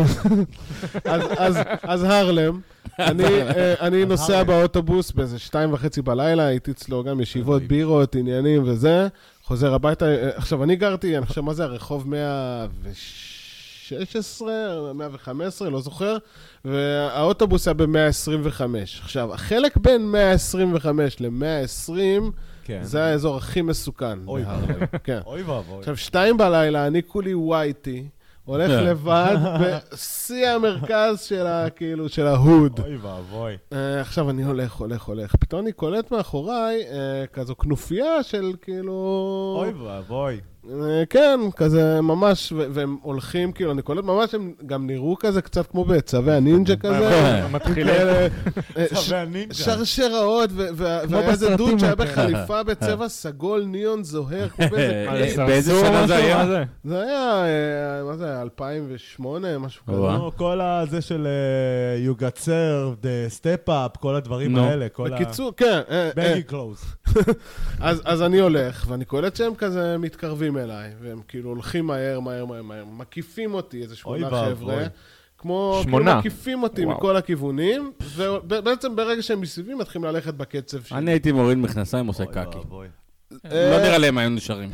Speaker 1: אז הרלם, אני נוסע באוטובוס באיזה שתיים וחצי בלילה, הייתי אצלו גם ישיבות, בירות, עניינים וזה, חוזר הביתה. עכשיו, אני גרתי, אני חושב מה זה, הרחוב מאה ושש עשרה, מאה וחמש עשרה, לא זוכר, והאוטובוס היה ב-מאה עשרים וחמש. עכשיו, החלק בין מאה עשרים וחמש ל-מאה ועשרים, זה האזור הכי מסוכן.
Speaker 2: אוי ואבוי.
Speaker 1: אוי ואבוי. עכשיו, שתיים בלילה, אני כולי ווייטי, הולך לבד בשיא המרכז של כאילו של ההוד.
Speaker 2: אוי ואבוי.
Speaker 1: עכשיו אני הולך, הולך, הולך. פתאום אני קולט מאחוריי כזו כנופיה של כאילו...
Speaker 2: אוי ואבוי.
Speaker 1: כן, כזה ממש, והם הולכים כאילו, אני קולט ממש, הם גם נראו כזה קצת כמו בצווי הנינג'ה כזה.
Speaker 4: מתחילים.
Speaker 2: צווי הנינג'ה.
Speaker 1: שרשראות, והיה איזה דוד שהיה בחליפה בצבע סגול, ניון זוהר.
Speaker 3: באיזה שנה זה היה?
Speaker 1: זה היה, מה זה היה, אלפיים ושמונה, משהו כזה.
Speaker 2: כל הזה של You Got Served, Step Up, כל הדברים האלה.
Speaker 1: בקיצור, כן.
Speaker 2: Baggy Clothes.
Speaker 1: אז אני הולך, ואני קולט שהם כזה מתקרבים אליי, והם כאילו הולכים מהר, מהר, מהר, מהר, מקיפים אותי, איזה שמונה חבר'ה, כמו מקיפים אותי מכל הכיוונים, ובעצם ברגע שהם מסביבים, מתחילים ללכת בקצב שלי.
Speaker 3: אני הייתי מוריד מכנסיים עושה קקי. לא נראה להם היו נשארים.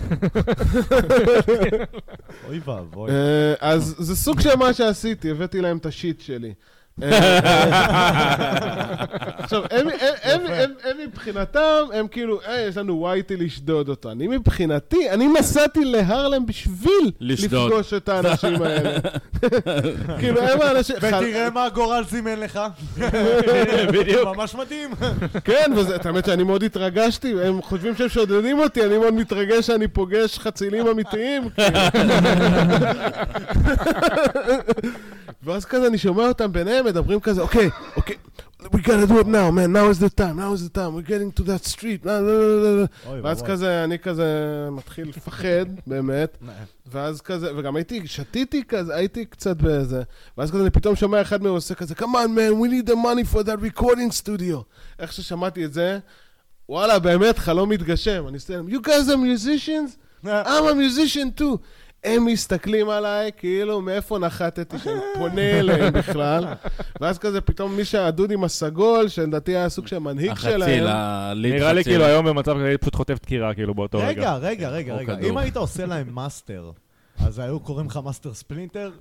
Speaker 2: אוי ואבוי.
Speaker 1: אז זה סוג של מה שעשיתי, הבאתי להם את השיט שלי. עכשיו, הם מבחינתם, הם כאילו, יש לנו וייטי לשדוד אותו. אני מבחינתי, אני נסעתי להרלם בשביל לפגוש את האנשים האלה. כאילו, הם האנשים...
Speaker 2: ותראה מה הגורל זימן לך.
Speaker 4: בדיוק.
Speaker 2: ממש מדהים.
Speaker 1: כן, ואת האמת שאני מאוד התרגשתי, הם חושבים שהם שודדים אותי, אני מאוד מתרגש שאני פוגש חצילים אמיתיים. ואז כזה אני שומע אותם ביניהם, מדברים כזה, אוקיי, אוקיי, we gotta do it now, man, now is the time, now is the time, we're getting to that street, ואז כזה, אני כזה מתחיל לפחד, באמת, ואז כזה, וגם הייתי, שתיתי כזה, הייתי קצת באיזה, ואז כזה אני פתאום שומע אחד מהם עושה כזה, come on man, we need the money for that recording studio. איך ששמעתי את זה, וואלה, באמת, חלום מתגשם, אני אסתכל, you guys are musicians? I'm a musician too. הם מסתכלים עליי, כאילו, מאיפה נחתתי שאני פונה אליהם בכלל. ואז כזה פתאום מי שהדוד עם הסגול, שלדעתי היה סוג של מנהיג שלהם.
Speaker 3: החציל, הליד חציל.
Speaker 4: נראה לי כאילו היום במצב כזה פשוט חוטף דקירה, כאילו, באותו רגע.
Speaker 2: רגע, רגע, רגע, רגע. אם היית עושה להם מאסטר, אז היו קוראים לך מאסטר ספלינטר?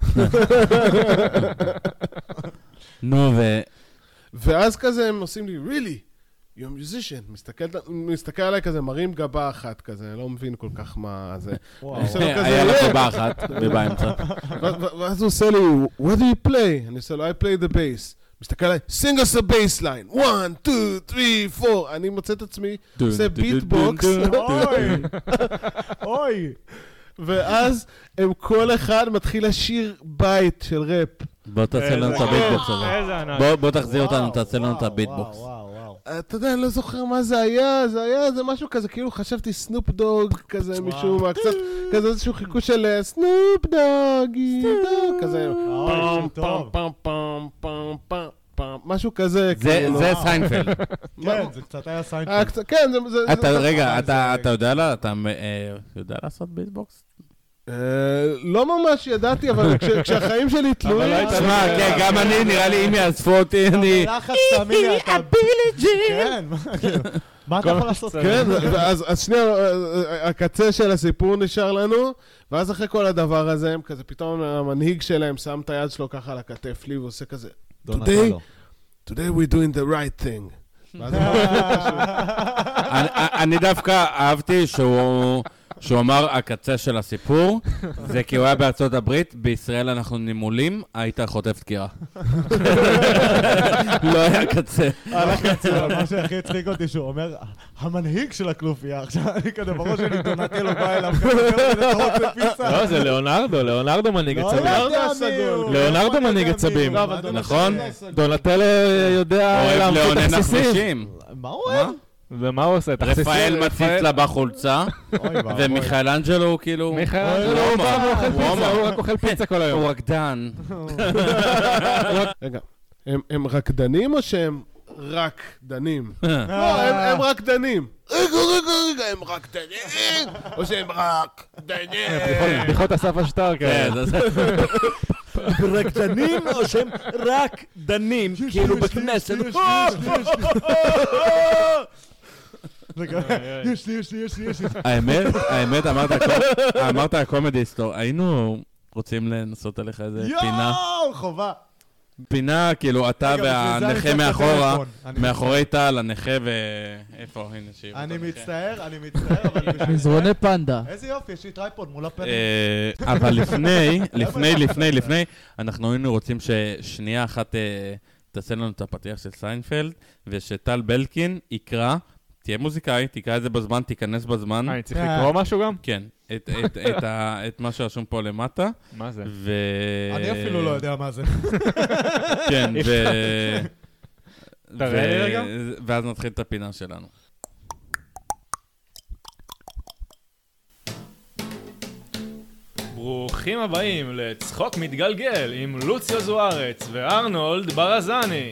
Speaker 3: נו, ו...
Speaker 1: ואז כזה הם עושים לי, really? you're a musician, מסתכל עליי כזה, מרים גבה אחת כזה, לא מבין כל כך מה זה.
Speaker 3: היה לך גבה אחת, ובאמצע.
Speaker 1: ואז הוא עושה לי, what do you play? אני עושה לו, I play the bass. מסתכל עליי, sing us a bass line, one, two, three, four. אני מוצא את עצמי, עושה ביטבוקס.
Speaker 2: אוי! אוי!
Speaker 1: ואז הם כל אחד מתחיל לשיר בית של ראפ.
Speaker 3: בוא תעשה לנו את הביטבוקס הזה. בוא תחזיר אותנו, תעשה לנו את הביטבוקס.
Speaker 1: אתה יודע, אני לא זוכר מה זה היה, זה היה, זה משהו כזה, כאילו חשבתי סנופ דוג כזה משום מה, קצת, כזה איזשהו חיכוי של סנופ דוגי דוג, כזה, פעם, פעם, פעם, פעם, פעם, פעם, פעם, משהו כזה.
Speaker 3: זה סיינפלד.
Speaker 2: כן, זה קצת היה סיינפלד.
Speaker 1: כן, זה...
Speaker 3: רגע, אתה יודע לעשות ביטבוקס?
Speaker 1: לא ממש ידעתי, אבל כשהחיים שלי תלויים...
Speaker 3: תשמע, כן, גם אני, נראה לי, אם יאספו אותי, אני...
Speaker 2: כן, מה אתה יכול לעשות?
Speaker 1: כן, אז שנייה, הקצה של הסיפור נשאר לנו, ואז אחרי כל הדבר הזה, כזה פתאום המנהיג שלהם שם את היד שלו ככה על הכתף לי, ועושה כזה, Today, today we're doing the right thing.
Speaker 3: אני דווקא אהבתי שהוא... שהוא אמר, הקצה של הסיפור, זה כי הוא היה בארצות הברית, בישראל אנחנו נימולים, היית חוטף דקירה. לא היה קצה.
Speaker 2: על הקצה, מה שהכי הצחיק אותי, שהוא אומר, המנהיג של הכנופיה, עכשיו אני כזה בראש שלי, דונטלו בא אליו, כזה רוצה פיצה.
Speaker 4: לא, זה ליאונרדו, ליאונרדו מנהיג עצבים. ליאונרדו מנהיג עצבים, נכון? דונטלו יודע
Speaker 3: להמציא את החסיסים.
Speaker 2: מה הוא אוהב?
Speaker 4: ומה הוא עושה?
Speaker 3: רפאל מציץ לה בחולצה, ומיכאל אנג'לו כאילו...
Speaker 4: מיכאל אנג'לו הוא בא ואוכל פיצה, הוא רק אוכל פיצה כל היום.
Speaker 3: הוא רקדן.
Speaker 1: רגע, הם רקדנים או שהם רק דנים? לא, הם רק דנים. רגע, רגע, רגע, הם רק דנים? או שהם רק דנים?
Speaker 4: בדיחות אסף אשטר כאלה.
Speaker 3: רקדנים או שהם רק דנים, כאילו בכנסת.
Speaker 2: יש לי, יש לי, יש לי, יש לי.
Speaker 3: האמת, האמת, אמרת הקומדיסטור, היינו רוצים לנסות עליך איזה פינה.
Speaker 2: יואו, חובה.
Speaker 3: פינה, כאילו, אתה והנכה מאחורה, מאחורי טל, הנכה ואיפה, הנה שיר.
Speaker 2: אני מצטער, אני מצטער, אבל...
Speaker 5: מזרוני פנדה.
Speaker 2: איזה יופי, יש לי טרייפוד מול הפנים.
Speaker 3: אבל לפני, לפני, לפני, לפני, אנחנו היינו רוצים ששנייה אחת תעשה לנו את הפתיח של סיינפלד, ושטל בלקין יקרא, תהיה מוזיקאי, תקרא את זה בזמן, תיכנס בזמן.
Speaker 4: אני צריך לקרוא משהו גם?
Speaker 3: כן, את מה שרשום פה למטה.
Speaker 4: מה זה?
Speaker 2: אני אפילו לא יודע מה זה.
Speaker 3: כן, ו...
Speaker 4: תראה לי רגע.
Speaker 3: ואז נתחיל את הפינה שלנו.
Speaker 4: ברוכים הבאים לצחוק מתגלגל עם לוציו זוארץ וארנולד ברזני.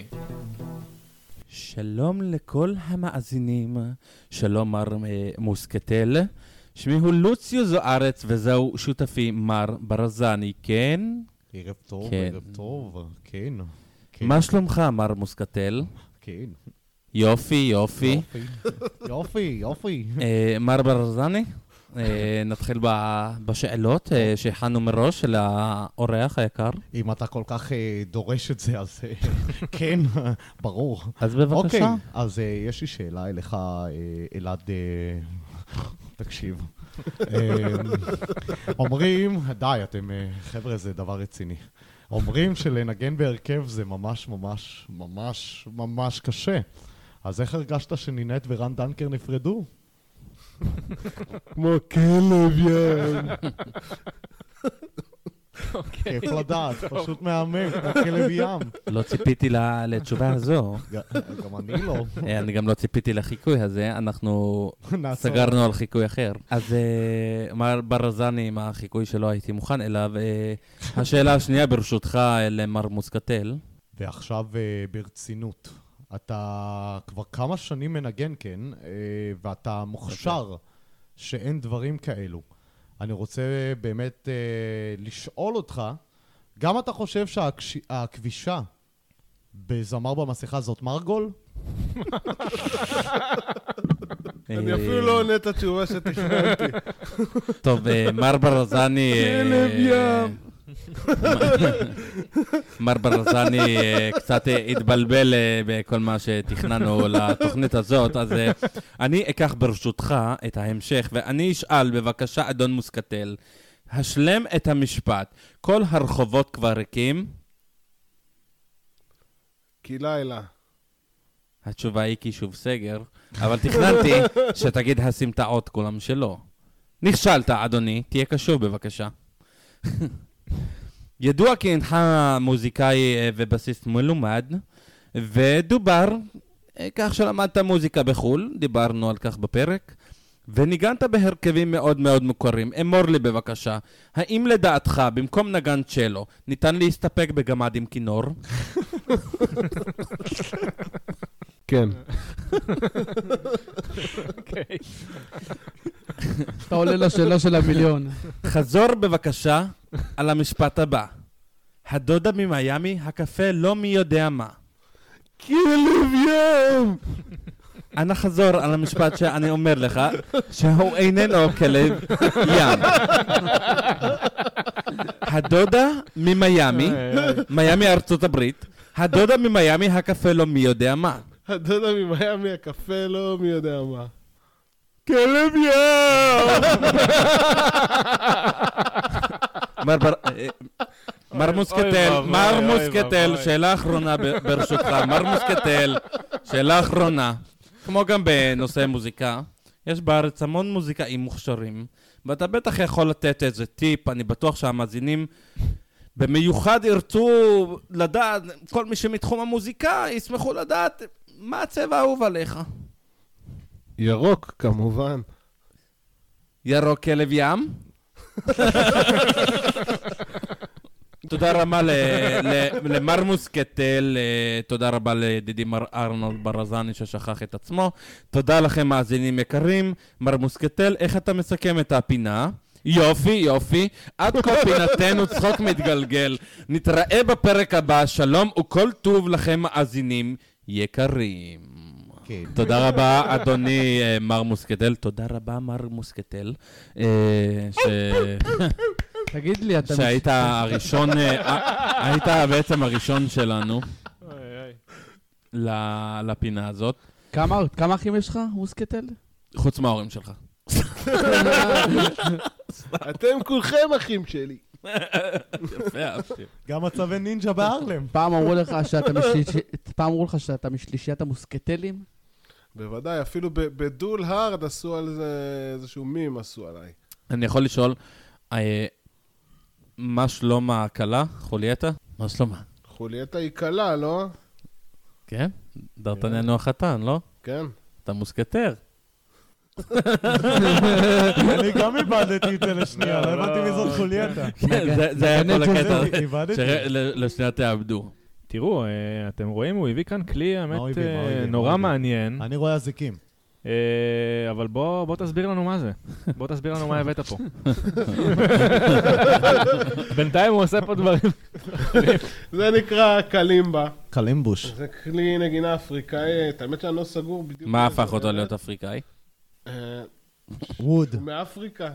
Speaker 3: שלום לכל המאזינים, שלום מר מוסקטל, שמי הוא לוציו זוארץ וזהו שותפי מר ברזני, כן?
Speaker 2: ערב טוב, ערב טוב, כן.
Speaker 3: מה שלומך מר מוסקטל?
Speaker 2: כן.
Speaker 3: יופי, יופי.
Speaker 2: יופי, יופי.
Speaker 3: מר ברזני? נתחיל בשאלות שהכנו מראש של האורח היקר.
Speaker 2: אם אתה כל כך דורש את זה, אז כן, ברור.
Speaker 3: אז בבקשה.
Speaker 2: אוקיי, אז יש לי שאלה אליך, אלעד, תקשיב. אומרים, די, אתם, חבר'ה, זה דבר רציני. אומרים שלנגן בהרכב זה ממש ממש ממש ממש קשה. אז איך הרגשת שנינט ורן דנקר נפרדו?
Speaker 1: כמו כלב ים.
Speaker 2: כיף לדעת, פשוט מהמם, כמו כלב ים.
Speaker 3: לא ציפיתי לתשובה הזו.
Speaker 2: גם אני לא.
Speaker 3: אני גם לא ציפיתי לחיקוי הזה, אנחנו סגרנו על חיקוי אחר. אז מר ברזני, עם החיקוי שלו הייתי מוכן אליו. השאלה השנייה ברשותך למר מוסקטל.
Speaker 2: ועכשיו ברצינות. אתה כבר כמה שנים מנגן, כן, ואתה מוכשר שאין דברים כאלו. אני רוצה באמת אה, לשאול אותך, גם אתה חושב שהכבישה בזמר במסכה זאת מרגול?
Speaker 1: אני אפילו לא עונה את התשובה שתכננתי.
Speaker 3: טוב, מר ברזני...
Speaker 1: כלב ים.
Speaker 3: מר ברזני קצת התבלבל בכל מה שתכננו לתוכנית הזאת, אז אני אקח ברשותך את ההמשך, ואני אשאל בבקשה אדון מוסקטל, השלם את המשפט, כל הרחובות כבר ריקים?
Speaker 1: כי לילה.
Speaker 3: התשובה היא כי שוב סגר, אבל תכננתי שתגיד הסמטאות כולם שלו. נכשלת אדוני, תהיה קשוב בבקשה. ידוע כי אינך מוזיקאי ובסיסט מלומד, ודובר כך שלמדת מוזיקה בחול, דיברנו על כך בפרק, וניגנת בהרכבים מאוד מאוד מוכרים. אמור לי בבקשה, האם לדעתך במקום נגן צ'לו ניתן להסתפק בגמד עם כינור?
Speaker 1: כן.
Speaker 5: אוקיי. אתה עולה לשאלה של המיליון.
Speaker 3: חזור בבקשה על המשפט הבא. הדודה ממיימי, הקפה לא מי יודע מה.
Speaker 1: כלב ים!
Speaker 3: אנא חזור על המשפט שאני אומר לך, שהוא איננו כלב ים. הדודה ממיימי, מיימי ארצות הברית, הדודה ממיימי, הקפה לא מי יודע מה.
Speaker 1: הדודה ממיימי, הקפה לא מי יודע מה. כלב ים!
Speaker 3: מר מוסקטל, מר מוסקטל, שאלה אחרונה ברשותך, מר מוסקטל, שאלה אחרונה. כמו גם בנושא מוזיקה, יש בארץ המון מוזיקאים מוכשרים, ואתה בטח יכול לתת איזה טיפ, אני בטוח שהמאזינים במיוחד ירצו לדעת, כל מי שמתחום המוזיקה ישמחו לדעת מה הצבע האהוב עליך.
Speaker 1: ירוק, כמובן.
Speaker 3: ירוק כלב ים? תודה רבה למר מוסקטל, תודה רבה לידידי מר ארנולד ברזני ששכח את עצמו, תודה לכם מאזינים יקרים. מר מוסקטל, איך אתה מסכם את הפינה? יופי, יופי, עד כה פינתנו צחוק מתגלגל. נתראה בפרק הבא, שלום וכל טוב לכם מאזינים יקרים. תודה רבה אדוני מר מוסקטל, תודה רבה מר מוסקטל,
Speaker 5: תגיד לי, אתה...
Speaker 3: שהיית הראשון, היית בעצם הראשון שלנו לפינה הזאת.
Speaker 5: כמה אחים יש לך, מוסקטל?
Speaker 3: חוץ מההורים שלך.
Speaker 1: אתם כולכם אחים שלי.
Speaker 3: יפה, אהבתי.
Speaker 2: גם מצבי נינג'ה בארלם.
Speaker 5: פעם אמרו לך שאתה פעם אמרו לך שאתה משלישיית המוסקטלים?
Speaker 1: בוודאי, אפילו בדול הרד עשו על זה איזשהו מים עשו עליי.
Speaker 3: אני יכול לשאול, מה שלום הקלה? חולייתה? מה שלומה?
Speaker 1: חולייתה היא קלה, לא?
Speaker 3: כן? דרטניאנו החתן, לא?
Speaker 1: כן.
Speaker 3: אתה מוסקטר.
Speaker 2: אני גם איבדתי את זה לשנייה, לא הבנתי מי זאת חולייתה.
Speaker 3: זה היה כל הקטע, שלשנייה תעבדו.
Speaker 4: תראו, אתם רואים, הוא הביא כאן כלי, האמת, נורא מעניין.
Speaker 2: אני רואה הזיקים.
Speaker 4: אבל בוא תסביר לנו מה זה. בוא תסביר לנו מה הבאת פה. בינתיים הוא עושה פה דברים.
Speaker 1: זה נקרא קלימבה.
Speaker 2: קלימבוש.
Speaker 1: זה כלי נגינה אפריקאי, האמת שאני לא סגור בדיוק.
Speaker 3: מה הפך אותו להיות אפריקאי?
Speaker 2: ווד.
Speaker 1: מאפריקה.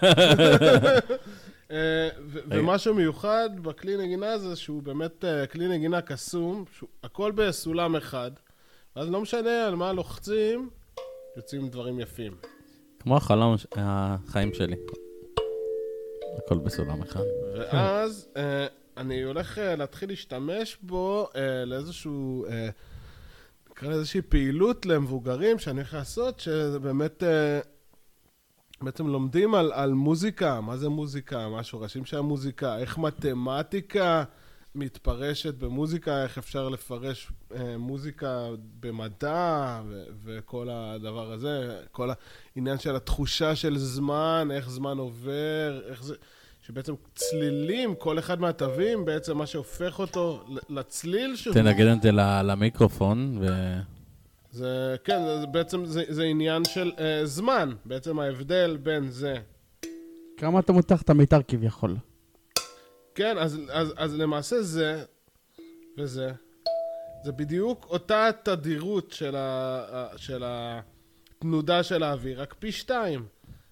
Speaker 1: ומה שמיוחד בכלי נגינה הזה, שהוא באמת כלי נגינה קסום, הכל בסולם אחד, ואז לא משנה על מה לוחצים, יוצאים דברים יפים.
Speaker 3: כמו החלום, החיים שלי. הכל בסולם אחד.
Speaker 1: ואז אני הולך להתחיל להשתמש בו לאיזשהו, נקרא לאיזושהי פעילות למבוגרים שאני הולך לעשות, שזה באמת, בעצם לומדים על, על מוזיקה, מה זה מוזיקה, מה השורשים של המוזיקה, איך מתמטיקה מתפרשת במוזיקה, איך אפשר לפרש אה, מוזיקה במדע ו- וכל הדבר הזה, כל העניין של התחושה של זמן, איך זמן עובר, איך זה, שבעצם צלילים, כל אחד מהתווים, בעצם מה שהופך אותו לצליל שהוא...
Speaker 3: תנגן את זה למיקרופון ו...
Speaker 1: זה, כן, זה, בעצם זה, זה עניין של אה, זמן, בעצם ההבדל בין זה.
Speaker 5: כמה אתה מותח את המיתר כביכול?
Speaker 1: כן, אז, אז, אז למעשה זה וזה, זה בדיוק אותה תדירות של, ה, של התנודה של האוויר, רק פי שתיים.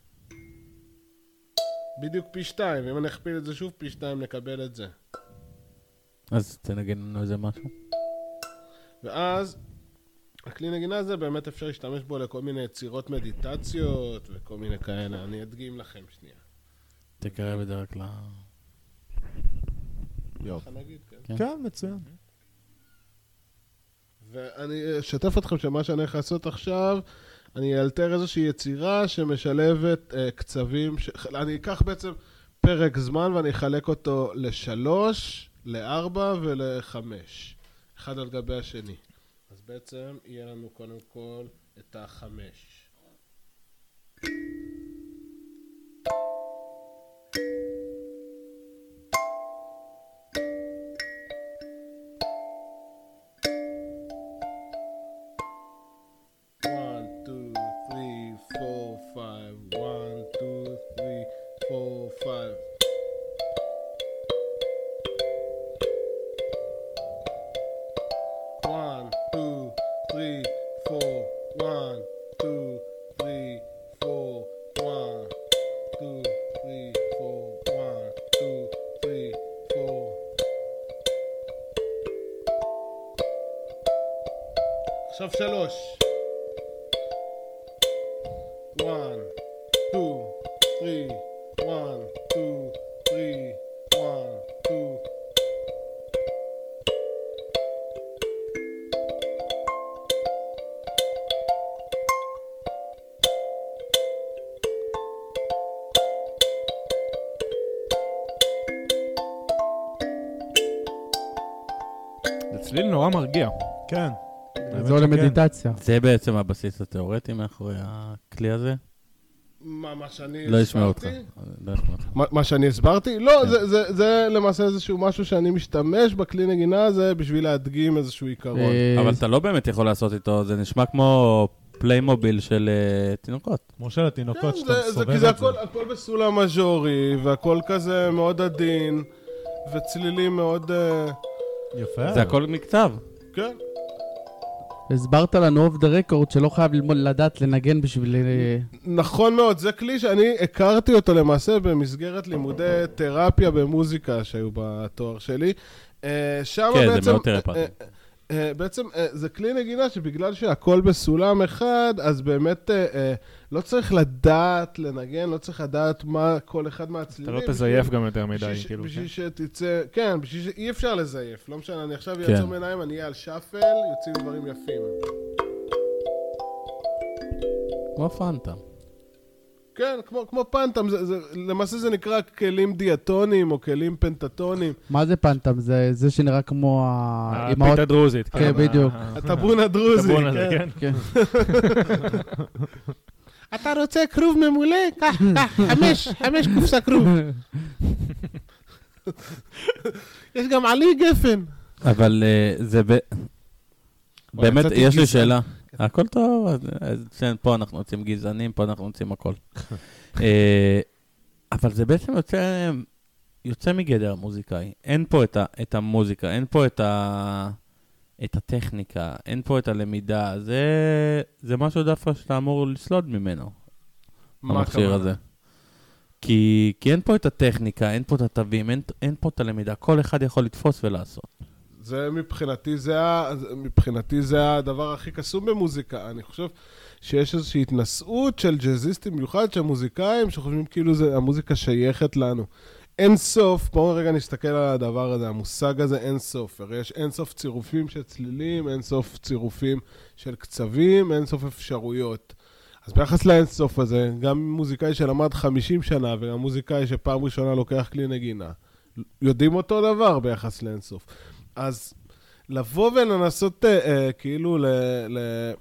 Speaker 1: בדיוק פי שתיים, ואם אני אכפיל את זה שוב פי שתיים נקבל את זה.
Speaker 3: אז תנגן לנו איזה משהו.
Speaker 1: ואז הכלי נגינה הזה באמת אפשר להשתמש בו לכל מיני יצירות מדיטציות וכל מיני כאלה. אני אדגים לכם שנייה.
Speaker 3: תקרב את זה רק ל...
Speaker 2: יופי.
Speaker 1: כן.
Speaker 2: כן, מצוין.
Speaker 1: ואני אשתף אתכם שמה שאני הולך לעשות עכשיו, אני אאלתר איזושהי יצירה שמשלבת אה, קצבים, ש... אני אקח בעצם פרק זמן ואני אחלק אותו לשלוש, לארבע ולחמש. אחד על גבי השני. אז בעצם יהיה לנו קודם כל את החמש. עכשיו שלוש. one, two, three, one, two, three, one, two.
Speaker 4: זה צליל נורא מרגיע.
Speaker 2: כן.
Speaker 5: זו למדיטציה.
Speaker 3: זה בעצם הבסיס התיאורטי מאחורי הכלי הזה?
Speaker 1: מה, מה שאני
Speaker 3: לא ישמע אותך.
Speaker 1: מה שאני הסברתי? לא, זה למעשה איזשהו משהו שאני משתמש בכלי נגינה הזה בשביל להדגים איזשהו עיקרון.
Speaker 3: אבל אתה לא באמת יכול לעשות איתו, זה נשמע כמו פליימוביל של תינוקות.
Speaker 2: כמו של התינוקות שאתה מסובב את זה.
Speaker 1: כי זה הכל בסולם מז'ורי, והכל כזה מאוד עדין, וצלילים מאוד...
Speaker 2: יפה.
Speaker 3: זה הכל מקצב.
Speaker 1: כן.
Speaker 5: הסברת לנו אוף דה רקורד שלא חייב ללמוד לדעת לנגן בשביל...
Speaker 1: נכון מאוד, זה כלי שאני הכרתי אותו למעשה במסגרת לימודי תרפיה במוזיקה שהיו בתואר שלי. שם
Speaker 3: כן,
Speaker 1: בעצם,
Speaker 3: זה מאוד תרפתי.
Speaker 1: בעצם זה כלי נגינה שבגלל שהכל בסולם אחד, אז באמת לא צריך לדעת לנגן, לא צריך לדעת מה כל אחד מהצלילים.
Speaker 4: אתה לא תזייף גם יותר מדי, כאילו.
Speaker 1: בשביל שתצא, כן, בשביל שאי אפשר לזייף, לא משנה, אני עכשיו יעצור מניים, אני אהיה על שפל, יוצאים דברים יפים.
Speaker 3: כמו פנטם.
Speaker 1: כן, כמו, כמו פנטם, זה, זה, למעשה זה נקרא כלים דיאטונים או כלים פנטטונים.
Speaker 5: מה זה פנטם? זה, זה שנראה כמו
Speaker 4: האימהות... הדרוזית.
Speaker 5: כן, בדיוק.
Speaker 1: הטברון הדרוזי,
Speaker 4: הטברון הזה, כן.
Speaker 5: כן.
Speaker 1: אתה רוצה כרוב ממולא? קח, קח, חמש, חמש קופסה כרוב. יש גם עלי גפן.
Speaker 3: אבל זה באמת, יש לי שאלה. הכל טוב, פה אנחנו רוצים גזענים, פה אנחנו רוצים הכל. אבל זה בעצם יוצא, יוצא מגדר המוזיקאי. אין פה את, ה, את המוזיקה, אין פה את, ה, את הטכניקה, אין פה את הלמידה. זה, זה משהו דווקא שאתה אמור לסלוד ממנו. המכשיר הזה. כי, כי אין פה את הטכניקה, אין פה את התווים, אין, אין פה את הלמידה. כל אחד יכול לתפוס ולעשות.
Speaker 1: זה מבחינתי, זה, מבחינתי זה הדבר הכי קסום במוזיקה. אני חושב שיש איזושהי התנסות של ג'אזיסטים מיוחד, של מוזיקאים, שחושבים כאילו זה, המוזיקה שייכת לנו. אין סוף, בואו רגע נסתכל על הדבר הזה, המושג הזה אין סוף. הרי יש אין סוף צירופים של צלילים, אין סוף צירופים של קצבים, אין סוף אפשרויות. אז ביחס לאין סוף הזה, גם מוזיקאי שלמד חמישים שנה, וגם מוזיקאי שפעם ראשונה לוקח כלי נגינה, יודעים אותו דבר ביחס לאין סוף. אז לבוא ולנסות אה, כאילו ל, ל,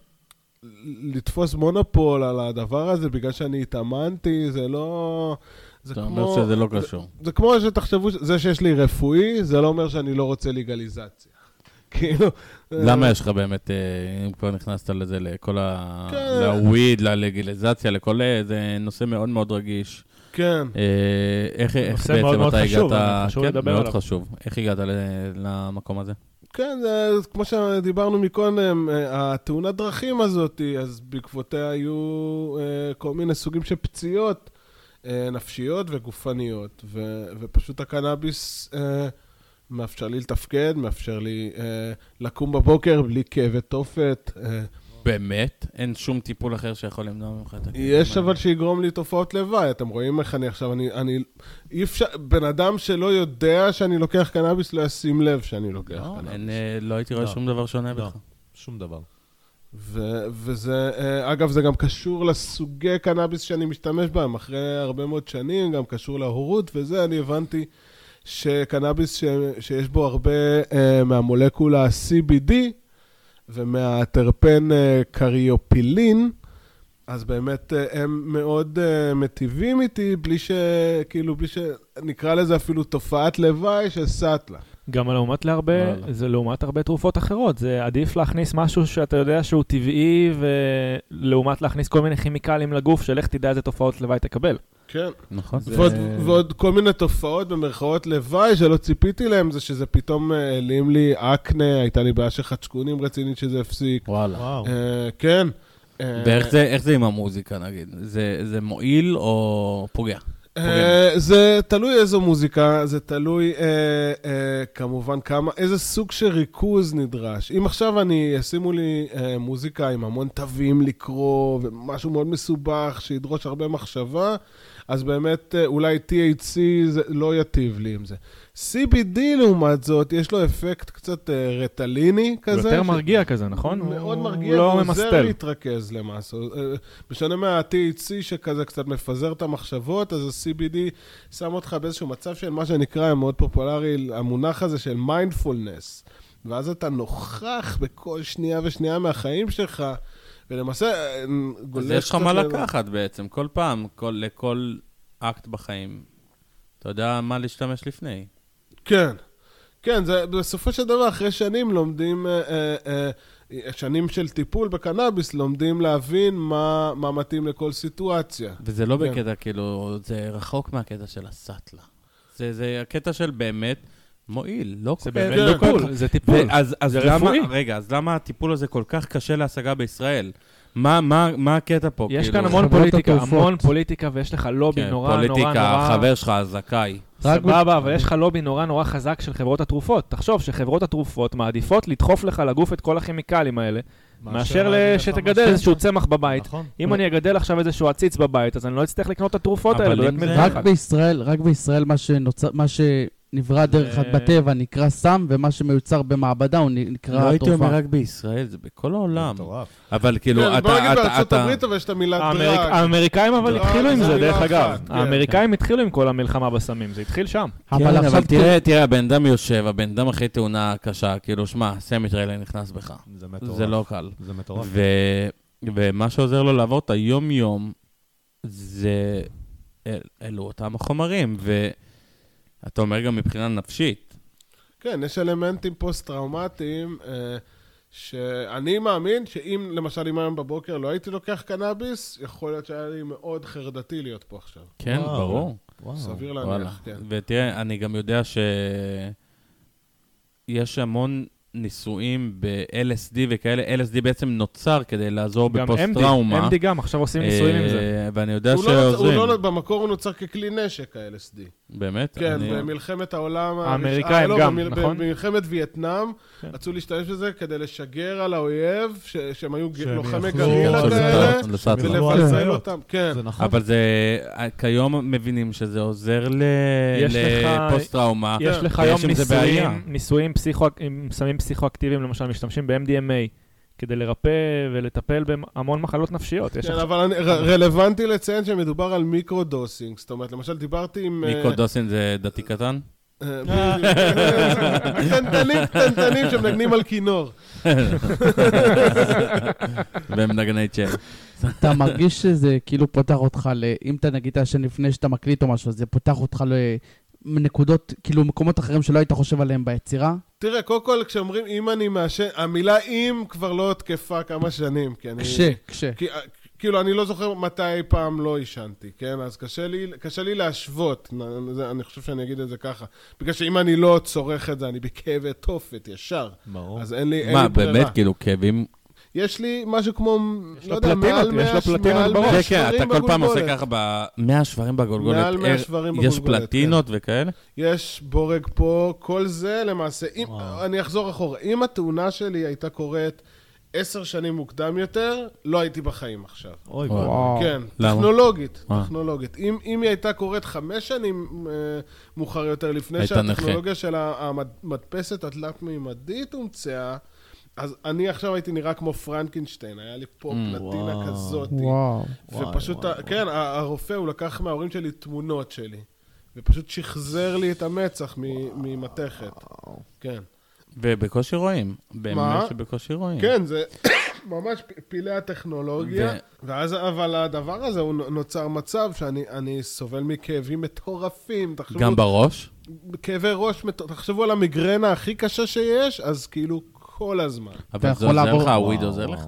Speaker 1: לתפוס מונופול על הדבר הזה, בגלל שאני התאמנתי, זה לא...
Speaker 3: זה כמו... אומר שזה לא קשור.
Speaker 1: זה, זה כמו שתחשבו, זה שיש לי רפואי, זה לא אומר שאני לא רוצה לגליזציה. כאילו...
Speaker 3: למה יש לך באמת, אם כבר נכנסת לזה, לכל ה... לוויד, ללגליזציה, לכל... זה נושא מאוד מאוד רגיש.
Speaker 1: כן.
Speaker 3: איך בעצם אתה הגעת... כן, מאוד חשוב. איך הגעת למקום הזה?
Speaker 1: כן, כמו שדיברנו מקודם, התאונת דרכים הזאת, אז בעקבותיה היו כל מיני סוגים של פציעות נפשיות וגופניות, ופשוט הקנאביס... מאפשר לי לתפקד, מאפשר לי אה, לקום בבוקר בלי כאבי תופת. אה.
Speaker 3: באמת? אין שום טיפול אחר שיכול למנוע ממך את הכאב?
Speaker 1: יש אבל שיגרום לי תופעות לוואי. אתם רואים איך אני עכשיו, אני, אני, אי אפשר, בן אדם שלא יודע שאני לוקח קנאביס, לא ישים לב שאני לוקח
Speaker 3: לא,
Speaker 1: קנאביס.
Speaker 3: אין, לא הייתי רואה לא. שום דבר שונה
Speaker 2: לא,
Speaker 3: בך.
Speaker 2: שום דבר.
Speaker 1: ו- וזה, אגב, זה גם קשור לסוגי קנאביס שאני משתמש בהם. אחרי הרבה מאוד שנים, גם קשור להורות, וזה אני הבנתי... שקנאביס ש... שיש בו הרבה uh, מהמולקולה ה-סי בי די ומהטרפן uh, קריופילין, אז באמת uh, הם מאוד uh, מטיבים איתי, בלי ש... כאילו, בלי שנקרא לזה אפילו תופעת לוואי של סאטלה.
Speaker 4: גם לעומת להרבה, זה לעומת הרבה תרופות אחרות. זה עדיף להכניס משהו שאתה יודע שהוא טבעי, ולעומת להכניס כל מיני כימיקלים לגוף, של איך תדע איזה תופעות לוואי תקבל.
Speaker 1: כן.
Speaker 3: נכון.
Speaker 1: ועוד, ועוד כל מיני תופעות במרכאות לוואי שלא ציפיתי להם, זה שזה פתאום העלים לי אקנה, הייתה לי בעיה של חדשקונים רצינית שזה הפסיק.
Speaker 3: וואלה.
Speaker 1: וואו. כן.
Speaker 3: ואיך זה, איך זה עם המוזיקה, נגיד? זה, זה מועיל או פוגע?
Speaker 1: זה תלוי איזו מוזיקה, זה תלוי כמובן כמה, איזה סוג של ריכוז נדרש. אם עכשיו אני, ישימו לי מוזיקה עם המון תווים לקרוא, ומשהו מאוד מסובך שידרוש הרבה מחשבה, אז באמת אולי טי אייץ' סי לא יטיב לי עם זה. סי בי די לעומת זאת, יש לו אפקט קצת רטליני כזה.
Speaker 4: יותר מרגיע כזה, נכון?
Speaker 1: מאוד מרגיע, הוא עוזר להתרכז למעשה. בשונה מה-טי אייץ' סי שכזה קצת מפזר את המחשבות, אז ה-סי בי די שם אותך באיזשהו מצב של מה שנקרא, מאוד פופולרי, המונח הזה של מיינדפולנס. ואז אתה נוכח בכל שנייה ושנייה מהחיים שלך, ולמעשה...
Speaker 3: אז יש לך מה לקחת בעצם, כל פעם, לכל אקט בחיים. אתה יודע מה להשתמש לפני.
Speaker 1: כן, כן, זה בסופו של דבר, אחרי שנים לומדים, אה, אה, אה, שנים של טיפול בקנאביס, לומדים להבין מה, מה מתאים לכל סיטואציה.
Speaker 3: וזה לא
Speaker 1: כן.
Speaker 3: בקטע, כאילו, זה רחוק מהקטע של הסאטלה. זה, זה הקטע של באמת מועיל, לא
Speaker 4: זה באמת לא טיפול, זה טיפול.
Speaker 3: אז, אז למה, רגע, אז למה הטיפול הזה כל כך קשה להשגה בישראל? מה, מה, מה הקטע פה?
Speaker 4: יש
Speaker 3: כאילו?
Speaker 4: כאן המון פוליטיקה, המון פוליטיקה, ויש לך לובי
Speaker 3: כן,
Speaker 4: נורא
Speaker 3: פוליטיקה,
Speaker 4: נורא נורא...
Speaker 3: חבר שלך, הזכאי.
Speaker 4: סבבה, אבל יש לך לובי נורא נורא חזק של חברות התרופות. תחשוב שחברות התרופות מעדיפות לדחוף לך לגוף את כל הכימיקלים האלה, מאשר שתגדל איזשהו צמח בבית. אם אני אגדל עכשיו איזשהו עציץ בבית, אז אני לא אצטרך לקנות את התרופות האלה.
Speaker 5: רק בישראל, רק בישראל מה ש... נברא דרך בטבע, נקרא סם, ומה שמיוצר במעבדה הוא נקרא תרופה.
Speaker 3: לא הייתי אומר רק בישראל, זה בכל העולם. אבל כאילו, אתה...
Speaker 1: בוא נגיד בארצות הברית, אבל יש את המילה דרג.
Speaker 4: האמריקאים אבל התחילו עם זה, דרך אגב. האמריקאים התחילו עם כל המלחמה בסמים, זה התחיל שם.
Speaker 3: אבל תראה, תראה, הבן אדם יושב, הבן אדם אחרי תאונה קשה, כאילו, שמה, סמיטריילר נכנס בך. זה לא קל.
Speaker 2: זה מטורף.
Speaker 3: ומה שעוזר לו לעבור את היום-יום, זה... אלו אותם החומרים, ו... אתה אומר גם מבחינה נפשית.
Speaker 1: כן, יש אלמנטים פוסט-טראומטיים, אה, שאני מאמין שאם, למשל, אם היום בבוקר לא הייתי לוקח קנאביס, יכול להיות שהיה לי מאוד חרדתי להיות פה עכשיו.
Speaker 3: כן, וואו, ברור.
Speaker 1: וואו. סביר להניח, כן.
Speaker 3: ותראה, אני גם יודע שיש המון ניסויים ב-אל אס די וכאלה, אל אס די בעצם נוצר כדי לעזור בפוסט-טראומה.
Speaker 4: גם אם די גם, עכשיו עושים ניסויים עם זה.
Speaker 3: ואני יודע שעוזרים.
Speaker 1: הוא לא, במקור הוא נוצר ככלי נשק, ה-אל אס די.
Speaker 3: באמת?
Speaker 1: כן, במלחמת העולם...
Speaker 4: האמריקאים גם, נכון?
Speaker 1: במלחמת וייטנאם, רצו להשתמש בזה כדי לשגר על האויב, שהם היו לוחמי גרילה כאלה, ולפצל אותם. כן.
Speaker 3: אבל זה, כיום מבינים שזה עוזר לפוסט-טראומה.
Speaker 4: יש לך היום ניסויים עם סמים פסיכואקטיביים, למשל, משתמשים ב-אם די אם איי, כדי לרפא ולטפל בהמון מחלות נפשיות.
Speaker 1: כן, אבל רלוונטי לציין שמדובר על מיקרודוסינג. זאת אומרת, למשל, דיברתי עם...
Speaker 3: מיקרודוסינג זה דתי קטן?
Speaker 1: קטנטנים, קטנטנים שמנגנים על כינור.
Speaker 3: ומנגני צ'ל.
Speaker 5: אתה מרגיש שזה כאילו פותח אותך, אם אתה נגיד השן לפני שאתה מקליט או משהו, זה פותח אותך לנקודות, כאילו מקומות אחרים שלא היית חושב עליהם ביצירה?
Speaker 1: תראה, קודם כל כשאומרים אם אני מעשן, המילה אם כבר לא תקפה כמה שנים.
Speaker 5: כשה, כשה.
Speaker 1: כאילו, אני לא זוכר מתי פעם לא ישנתי, כן? אז קשה לי, קשה לי להשוות, אני חושב שאני אגיד את זה ככה. בגלל שאם אני לא צורך את זה, אני בכאבי תופת ישר.
Speaker 3: ברור.
Speaker 1: אז אין לי, אין
Speaker 3: מה,
Speaker 1: לי ברירה.
Speaker 3: באמת, כאילו, כאבים...
Speaker 1: יש לי משהו כמו, לא יודע,
Speaker 4: מעל
Speaker 1: מאה שברים בגולגולת.
Speaker 3: כן, אתה כל פעם עושה ככה ב-מאה שברים בגולגולת.
Speaker 1: מעל מאה שברים בגולגולת.
Speaker 3: יש פלטינות וכאלה?
Speaker 1: יש בורג פה, כל זה למעשה. אני אחזור אחורה. אם התאונה שלי הייתה קורית עשר שנים מוקדם יותר, לא הייתי בחיים עכשיו.
Speaker 2: אוי, וואו.
Speaker 1: כן, טכנולוגית, טכנולוגית. אם היא הייתה קורית חמש שנים מאוחר יותר, לפני שהטכנולוגיה של המדפסת התלת-מימדית הומצאה, אז אני עכשיו הייתי נראה כמו פרנקנשטיין, היה לי פה פלטינה כזאת.
Speaker 5: וואו.
Speaker 1: ופשוט, כן, הרופא הוא לקח מההורים שלי תמונות שלי, ופשוט שחזר לי את המצח ממתכת. כן.
Speaker 3: ובקושי רואים. באמת שבקושי רואים.
Speaker 1: כן, זה ממש פילי הטכנולוגיה. ואז, אבל הדבר הזה, הוא נוצר מצב שאני סובל מכאבים מטורפים.
Speaker 3: גם בראש?
Speaker 1: כאבי ראש, תחשבו על המגרנה הכי קשה שיש, אז כאילו כל הזמן.
Speaker 3: אבל זה עוזר לך, הוויד עוזר לך.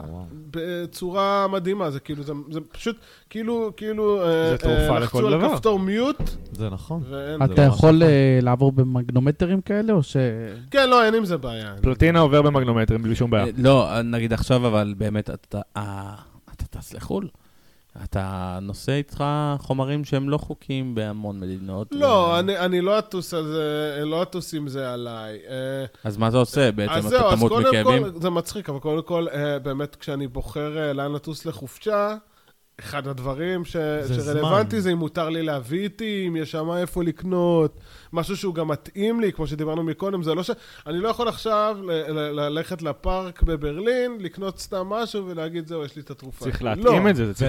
Speaker 1: בצורה מדהימה, זה כאילו, זה פשוט, כאילו, כאילו,
Speaker 4: זה תרופה לכל דבר.
Speaker 1: לחצו על כפתור מיוט.
Speaker 2: זה נכון.
Speaker 5: אתה יכול לעבור במגנומטרים כאלה, או ש...
Speaker 1: כן, לא, אין עם זה בעיה.
Speaker 4: פלטינה עובר במגנומטרים, בלי שום בעיה.
Speaker 3: לא, נגיד עכשיו, אבל באמת, אתה טס לחול. אתה נושא איתך חומרים שהם לא חוקיים בהמון מדינות.
Speaker 1: לא, אני לא אטוס על זה, לא אטוס עם זה עליי.
Speaker 3: אז מה זה עושה בעצם? אתה תמות מכאבים?
Speaker 1: זה מצחיק, אבל קודם כל, באמת, כשאני בוחר לאן לטוס לחופשה, אחד הדברים שרלוונטי זה אם מותר לי להביא איתי, אם יש שם איפה לקנות, משהו שהוא גם מתאים לי, כמו שדיברנו מקודם, זה לא ש... אני לא יכול עכשיו ללכת לפארק בברלין, לקנות סתם משהו ולהגיד זהו, יש לי את התרופה.
Speaker 4: צריך להתאים את זה, זה צריך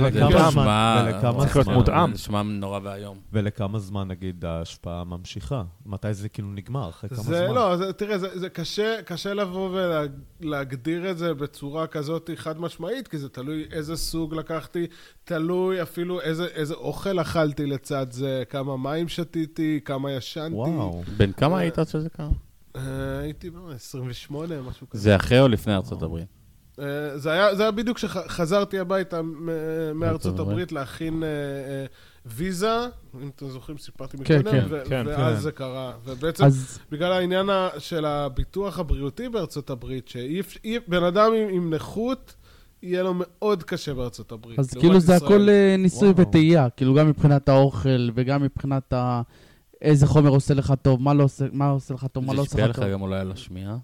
Speaker 4: להיות מותאם.
Speaker 3: זה נשמע נורא והיום.
Speaker 2: ולכמה זמן, נגיד, ההשפעה ממשיכה? מתי זה כאילו נגמר? אחרי כמה זמן?
Speaker 1: זה לא, תראה, זה קשה לבוא ולהגדיר את זה בצורה כזאת חד משמעית, כי זה תלוי איזה סוג לקחתי, תלוי אפילו איזה, איזה אוכל אכלתי לצד זה, כמה מים שתיתי, כמה ישנתי.
Speaker 3: וואו. בין כמה היית עד שזה קרה?
Speaker 1: הייתי ב-עשרים ושמונה, משהו כזה.
Speaker 3: זה אחרי או לפני ארצות הברית?
Speaker 1: זה היה, זה היה בדיוק שחזרתי הביתה מארצות הברית להכין ויזה, אם אתם זוכרים, סיפרתי מקודם, ואז זה קרה. ובעצם, בגלל העניין של הביטוח הבריאותי בארצות הברית, שבן אדם עם נכות, יהיה לו מאוד קשה בארצות הברית.
Speaker 5: אז כאילו זה הכל ניסוי וטעייה, כאילו גם מבחינת האוכל וגם מבחינת איזה חומר עושה לך טוב, מה לא עושה, מה עושה לך טוב, מה לא עושה לך טוב.
Speaker 3: זה השפיע לך גם אולי על השמיעה?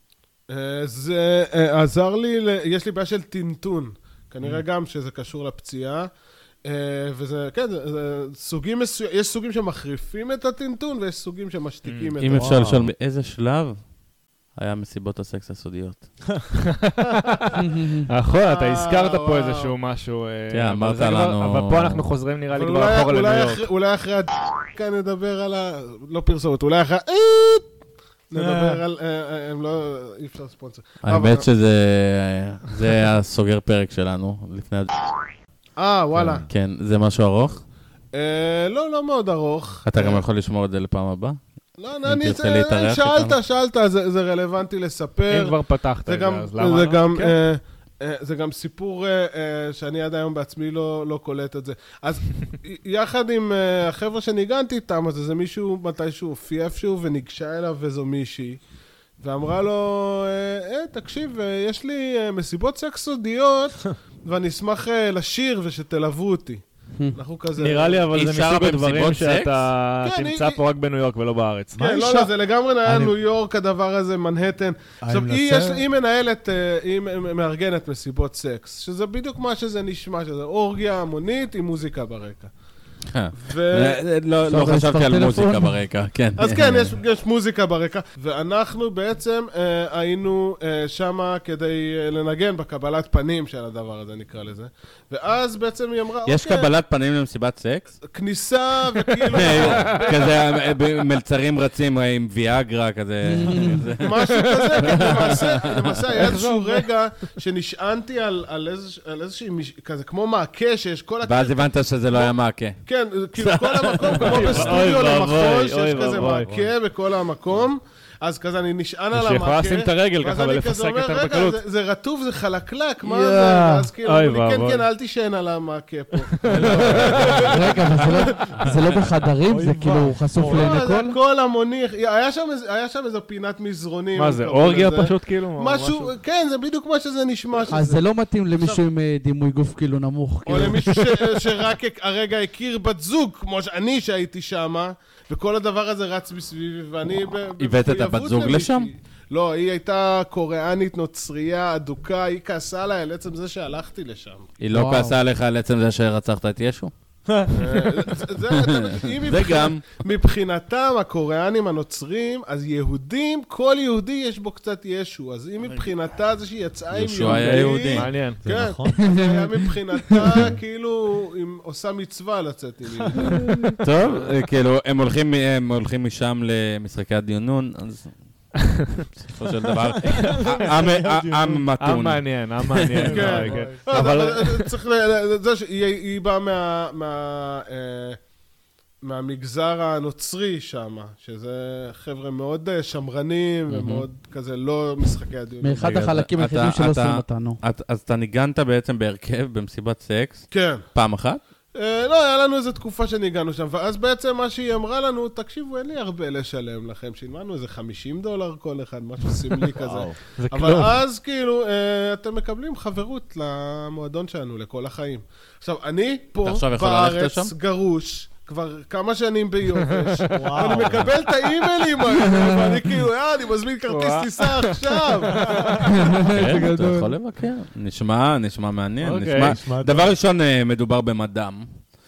Speaker 1: זה עזר לי, יש לי בעיה של טינטון, כנראה גם שזה קשור לפציעה, וזה, כן, סוגים מסוימים, יש סוגים שמחריפים את הטינטון ויש סוגים שמשתיקים את...
Speaker 3: אם אפשר לשאול באיזה שלב היה מסיבות הסקס הסודיות.
Speaker 4: נכון, אתה הזכרת פה איזשהו משהו.
Speaker 3: כן, אמרת לנו...
Speaker 4: אבל פה אנחנו חוזרים נראה לי כבר אחורה לניו יורק.
Speaker 1: אולי אחרי הד... כאן נדבר על ה... לא פרסומת, אולי אחרי... נדבר על... הם לא... אי אפשר ספונסר.
Speaker 3: האמת שזה... זה הסוגר פרק שלנו, לפני הד...
Speaker 1: אה, וואלה.
Speaker 3: כן, זה משהו ארוך?
Speaker 1: לא, לא מאוד ארוך.
Speaker 3: אתה גם יכול לשמור את זה לפעם הבאה?
Speaker 1: לא, אני... שאלת, שאלת, זה רלוונטי לספר.
Speaker 4: אם כבר פתחת את זה, אז למה לא?
Speaker 1: זה גם סיפור שאני עד היום בעצמי לא קולט את זה. אז יחד עם החבר'ה שניגנתי איתם, אז זה מישהו מתישהו הופיע איפשהו וניגשה אליו וזו מישהי. ואמרה לו, תקשיב, יש לי מסיבות סקס סודיות, ואני אשמח לשיר ושתלוו אותי. אנחנו כזה...
Speaker 4: נראה לי, אבל זה מסוג הדברים שאתה תמצא פה רק בניו יורק ולא בארץ.
Speaker 1: כן, לא, לא, זה לגמרי נהיה ניו יורק, הדבר הזה, מנהטן. עכשיו, היא מנהלת, היא מארגנת מסיבות סקס, שזה בדיוק מה שזה נשמע, שזה אורגיה המונית עם מוזיקה ברקע.
Speaker 3: לא חשבתי על מוזיקה ברקע, כן.
Speaker 1: אז כן, יש מוזיקה ברקע, ואנחנו בעצם היינו שמה כדי לנגן בקבלת פנים של הדבר הזה, נקרא לזה. ואז בעצם היא אמרה,
Speaker 3: יש קבלת פנים למסיבת סקס?
Speaker 1: כניסה וכאילו...
Speaker 3: כזה מלצרים רצים עם ויאגרה, כזה...
Speaker 1: משהו כזה, למעשה היה איזשהו רגע שנשענתי על איזושהי, כזה כמו מעקה שיש כל...
Speaker 3: ואז הבנת שזה לא היה מעקה.
Speaker 1: כן, כאילו כל המקום, כמו בסטודיו למחול, שיש כזה מעקה בכל המקום, אז כזה אני נשען על המעקה,
Speaker 4: שיכולה לשים את הרגל ככה ולפסק יותר בקלות.
Speaker 1: זה רטוב, זה חלקלק, מה זה? אז כאילו, כן, כן, אל תישען על המעקה פה.
Speaker 5: רגע, זה לא בחדרים? זה כאילו חשוף לעין הכל?
Speaker 1: זה הכל המוני, היה שם איזו פינת מזרונים.
Speaker 4: מה זה, אורגיה פשוט כאילו?
Speaker 1: משהו, כן, זה בדיוק מה שזה נשמע שזה.
Speaker 5: אז זה לא מתאים למישהו עם דימוי גוף כאילו נמוך.
Speaker 1: או למישהו שרק הרגע הכיר בת זוג, כמו שאני שהייתי שמה, וכל הדבר הזה רץ מסביבי, ואני...
Speaker 3: הבאת את הבת זוג לשם?
Speaker 1: לא, היא הייתה קוריאנית נוצרייה, אדוקה, היא כעסה עליי על עצם זה שהלכתי לשם.
Speaker 3: היא לא כעסה עליך על עצם זה שרצחת את ישו?
Speaker 1: זה גם. מבחינתם, הקוריאנים הנוצרים, אז יהודים, כל יהודי יש בו קצת ישו. אז אם מבחינתה זה שהיא יצאה עם יהודי...
Speaker 3: ישו היה יהודי.
Speaker 4: מעניין.
Speaker 1: זה נכון. זה היה מבחינתה, כאילו, עושה מצווה לצאת עם יהודי.
Speaker 3: טוב, כאילו, הם הולכים משם למשחקי הדיונון, אז... בסופו של דבר, עם מתון.
Speaker 4: עם מעניין, עם מעניין.
Speaker 1: אבל צריך, היא באה מהמגזר הנוצרי שם, שזה חבר'ה מאוד שמרנים ומאוד כזה לא משחקי הדיון.
Speaker 5: מאחד החלקים היחידים שלא עושים אותנו.
Speaker 3: אז אתה ניגנת בעצם בהרכב במסיבת סקס?
Speaker 1: כן.
Speaker 3: פעם אחת?
Speaker 1: לא, היה לנו איזו תקופה שניגענו שם, ואז בעצם מה שהיא אמרה לנו, תקשיבו, אין לי הרבה לשלם לכם, שילמנו איזה חמישים דולר כל אחד, משהו סמלי כזה. אבל אז כאילו, אתם מקבלים חברות למועדון שלנו, לכל החיים. עכשיו, אני פה בארץ גרוש, כבר כמה שנים ביובש, ואני מקבל את האימיילים האלה, ואני כאילו, אה, אני מזמין כרטיס טיסה עכשיו.
Speaker 3: כן, אתה יכול לבקר. נשמע, נשמע מעניין. דבר ראשון, מדובר במדם.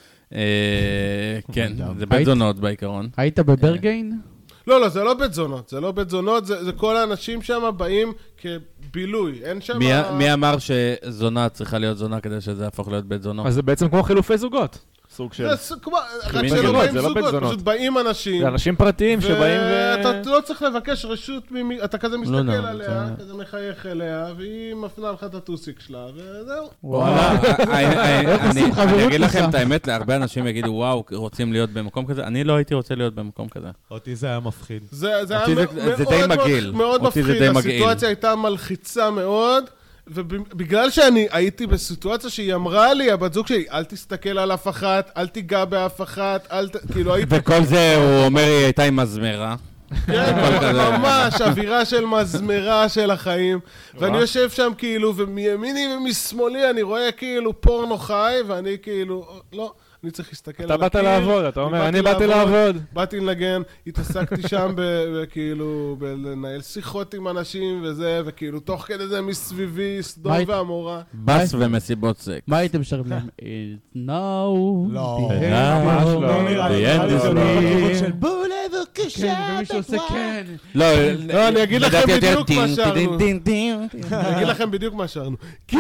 Speaker 3: כן, זה בית זונות בעיקרון.
Speaker 5: היית בברגיין?
Speaker 1: לא, לא, זה לא בית זונות. זה לא בית זונות, זה כל האנשים שם באים כבילוי. אין שם...
Speaker 3: מי אמר שזונה צריכה להיות זונה כדי שזה יהפוך להיות בית זונות?
Speaker 4: אז זה בעצם כמו חילופי זוגות. סוג של...
Speaker 1: רק שלא באים זוגות, פשוט באים אנשים.
Speaker 4: זה אנשים פרטיים שבאים ו...
Speaker 1: ואתה לא צריך לבקש רשות, אתה כזה מסתכל עליה, כזה מחייך אליה, והיא מפנה לך את הטוסיק שלה, וזהו.
Speaker 3: וואלה. אני אגיד לכם את האמת, להרבה אנשים יגידו, וואו, רוצים להיות במקום כזה. אני לא הייתי רוצה להיות במקום כזה.
Speaker 2: אותי זה היה מפחיד.
Speaker 1: זה היה מאוד מפחיד. הסיטואציה הייתה מלחיצה מאוד. ובגלל שאני הייתי בסיטואציה שהיא אמרה לי, הבת זוג שלי, אל תסתכל על אף אחת, אל תיגע באף אחת, אל ת... כאילו הייתי...
Speaker 3: וכל זה הוא אומר, היא הייתה עם מזמרה.
Speaker 1: כן, ממש, אווירה של מזמרה של החיים. ואני יושב שם כאילו, ומימיני ומשמאלי אני רואה כאילו פורנו חי, ואני כאילו, לא... אני צריך להסתכל על
Speaker 4: הקיר. אתה באת לעבוד, אתה אומר, אני באתי לעבוד.
Speaker 1: באתי לנגן, התעסקתי שם וכאילו, בלנהל שיחות עם אנשים וזה, וכאילו, תוך כדי זה מסביבי, סדום ועמורה.
Speaker 3: בס ומסיבות סקס.
Speaker 5: מה הייתם שרים להם? It's now.
Speaker 2: לא.
Speaker 4: ממש לא.
Speaker 3: The end is now.
Speaker 6: של בוא לבקשה.
Speaker 5: ומישהו עושה כן.
Speaker 3: לא,
Speaker 1: אני אגיד לכם בדיוק מה שרנו. אני אגיד לכם בדיוק מה שרנו.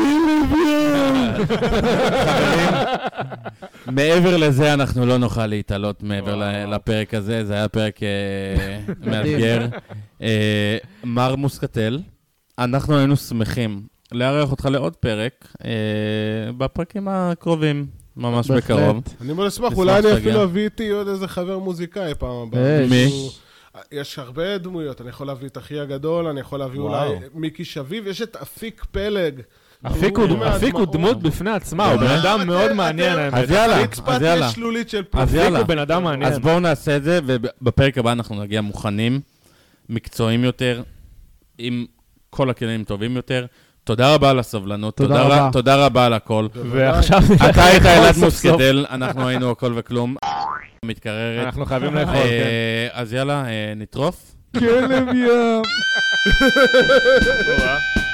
Speaker 3: מעבר לזה אנחנו לא נוכל להתעלות מעבר לפרק הזה, זה היה פרק מאתגר. מר מוסקטל, אנחנו היינו שמחים לארח אותך לעוד פרק, בפרקים הקרובים, ממש בקרוב.
Speaker 1: אני מאוד אשמח, אולי אני אפילו אביא איתי עוד איזה חבר מוזיקאי פעם הבאה.
Speaker 3: מי?
Speaker 1: יש הרבה דמויות, אני יכול להביא את אחי הגדול, אני יכול להביא אולי מיקי שביב, יש את אפיק פלג.
Speaker 4: אפיק הוא דמות בפני עצמה, הוא בן אדם מאוד מעניין.
Speaker 3: אז יאללה, אז יאללה.
Speaker 4: אפיק הוא בן אדם מעניין.
Speaker 3: אז בואו נעשה את זה, ובפרק הבא אנחנו נגיע מוכנים, מקצועיים יותר, עם כל הכלים טובים יותר. תודה רבה על הסבלנות,
Speaker 5: תודה רבה.
Speaker 3: תודה רבה על הכל.
Speaker 4: ועכשיו...
Speaker 3: אתה היית אלעד מוסקדל, אנחנו היינו הכל וכלום. מתקררת.
Speaker 4: אנחנו חייבים לאכול, כן.
Speaker 3: אז יאללה, נטרוף.
Speaker 5: כלב ים.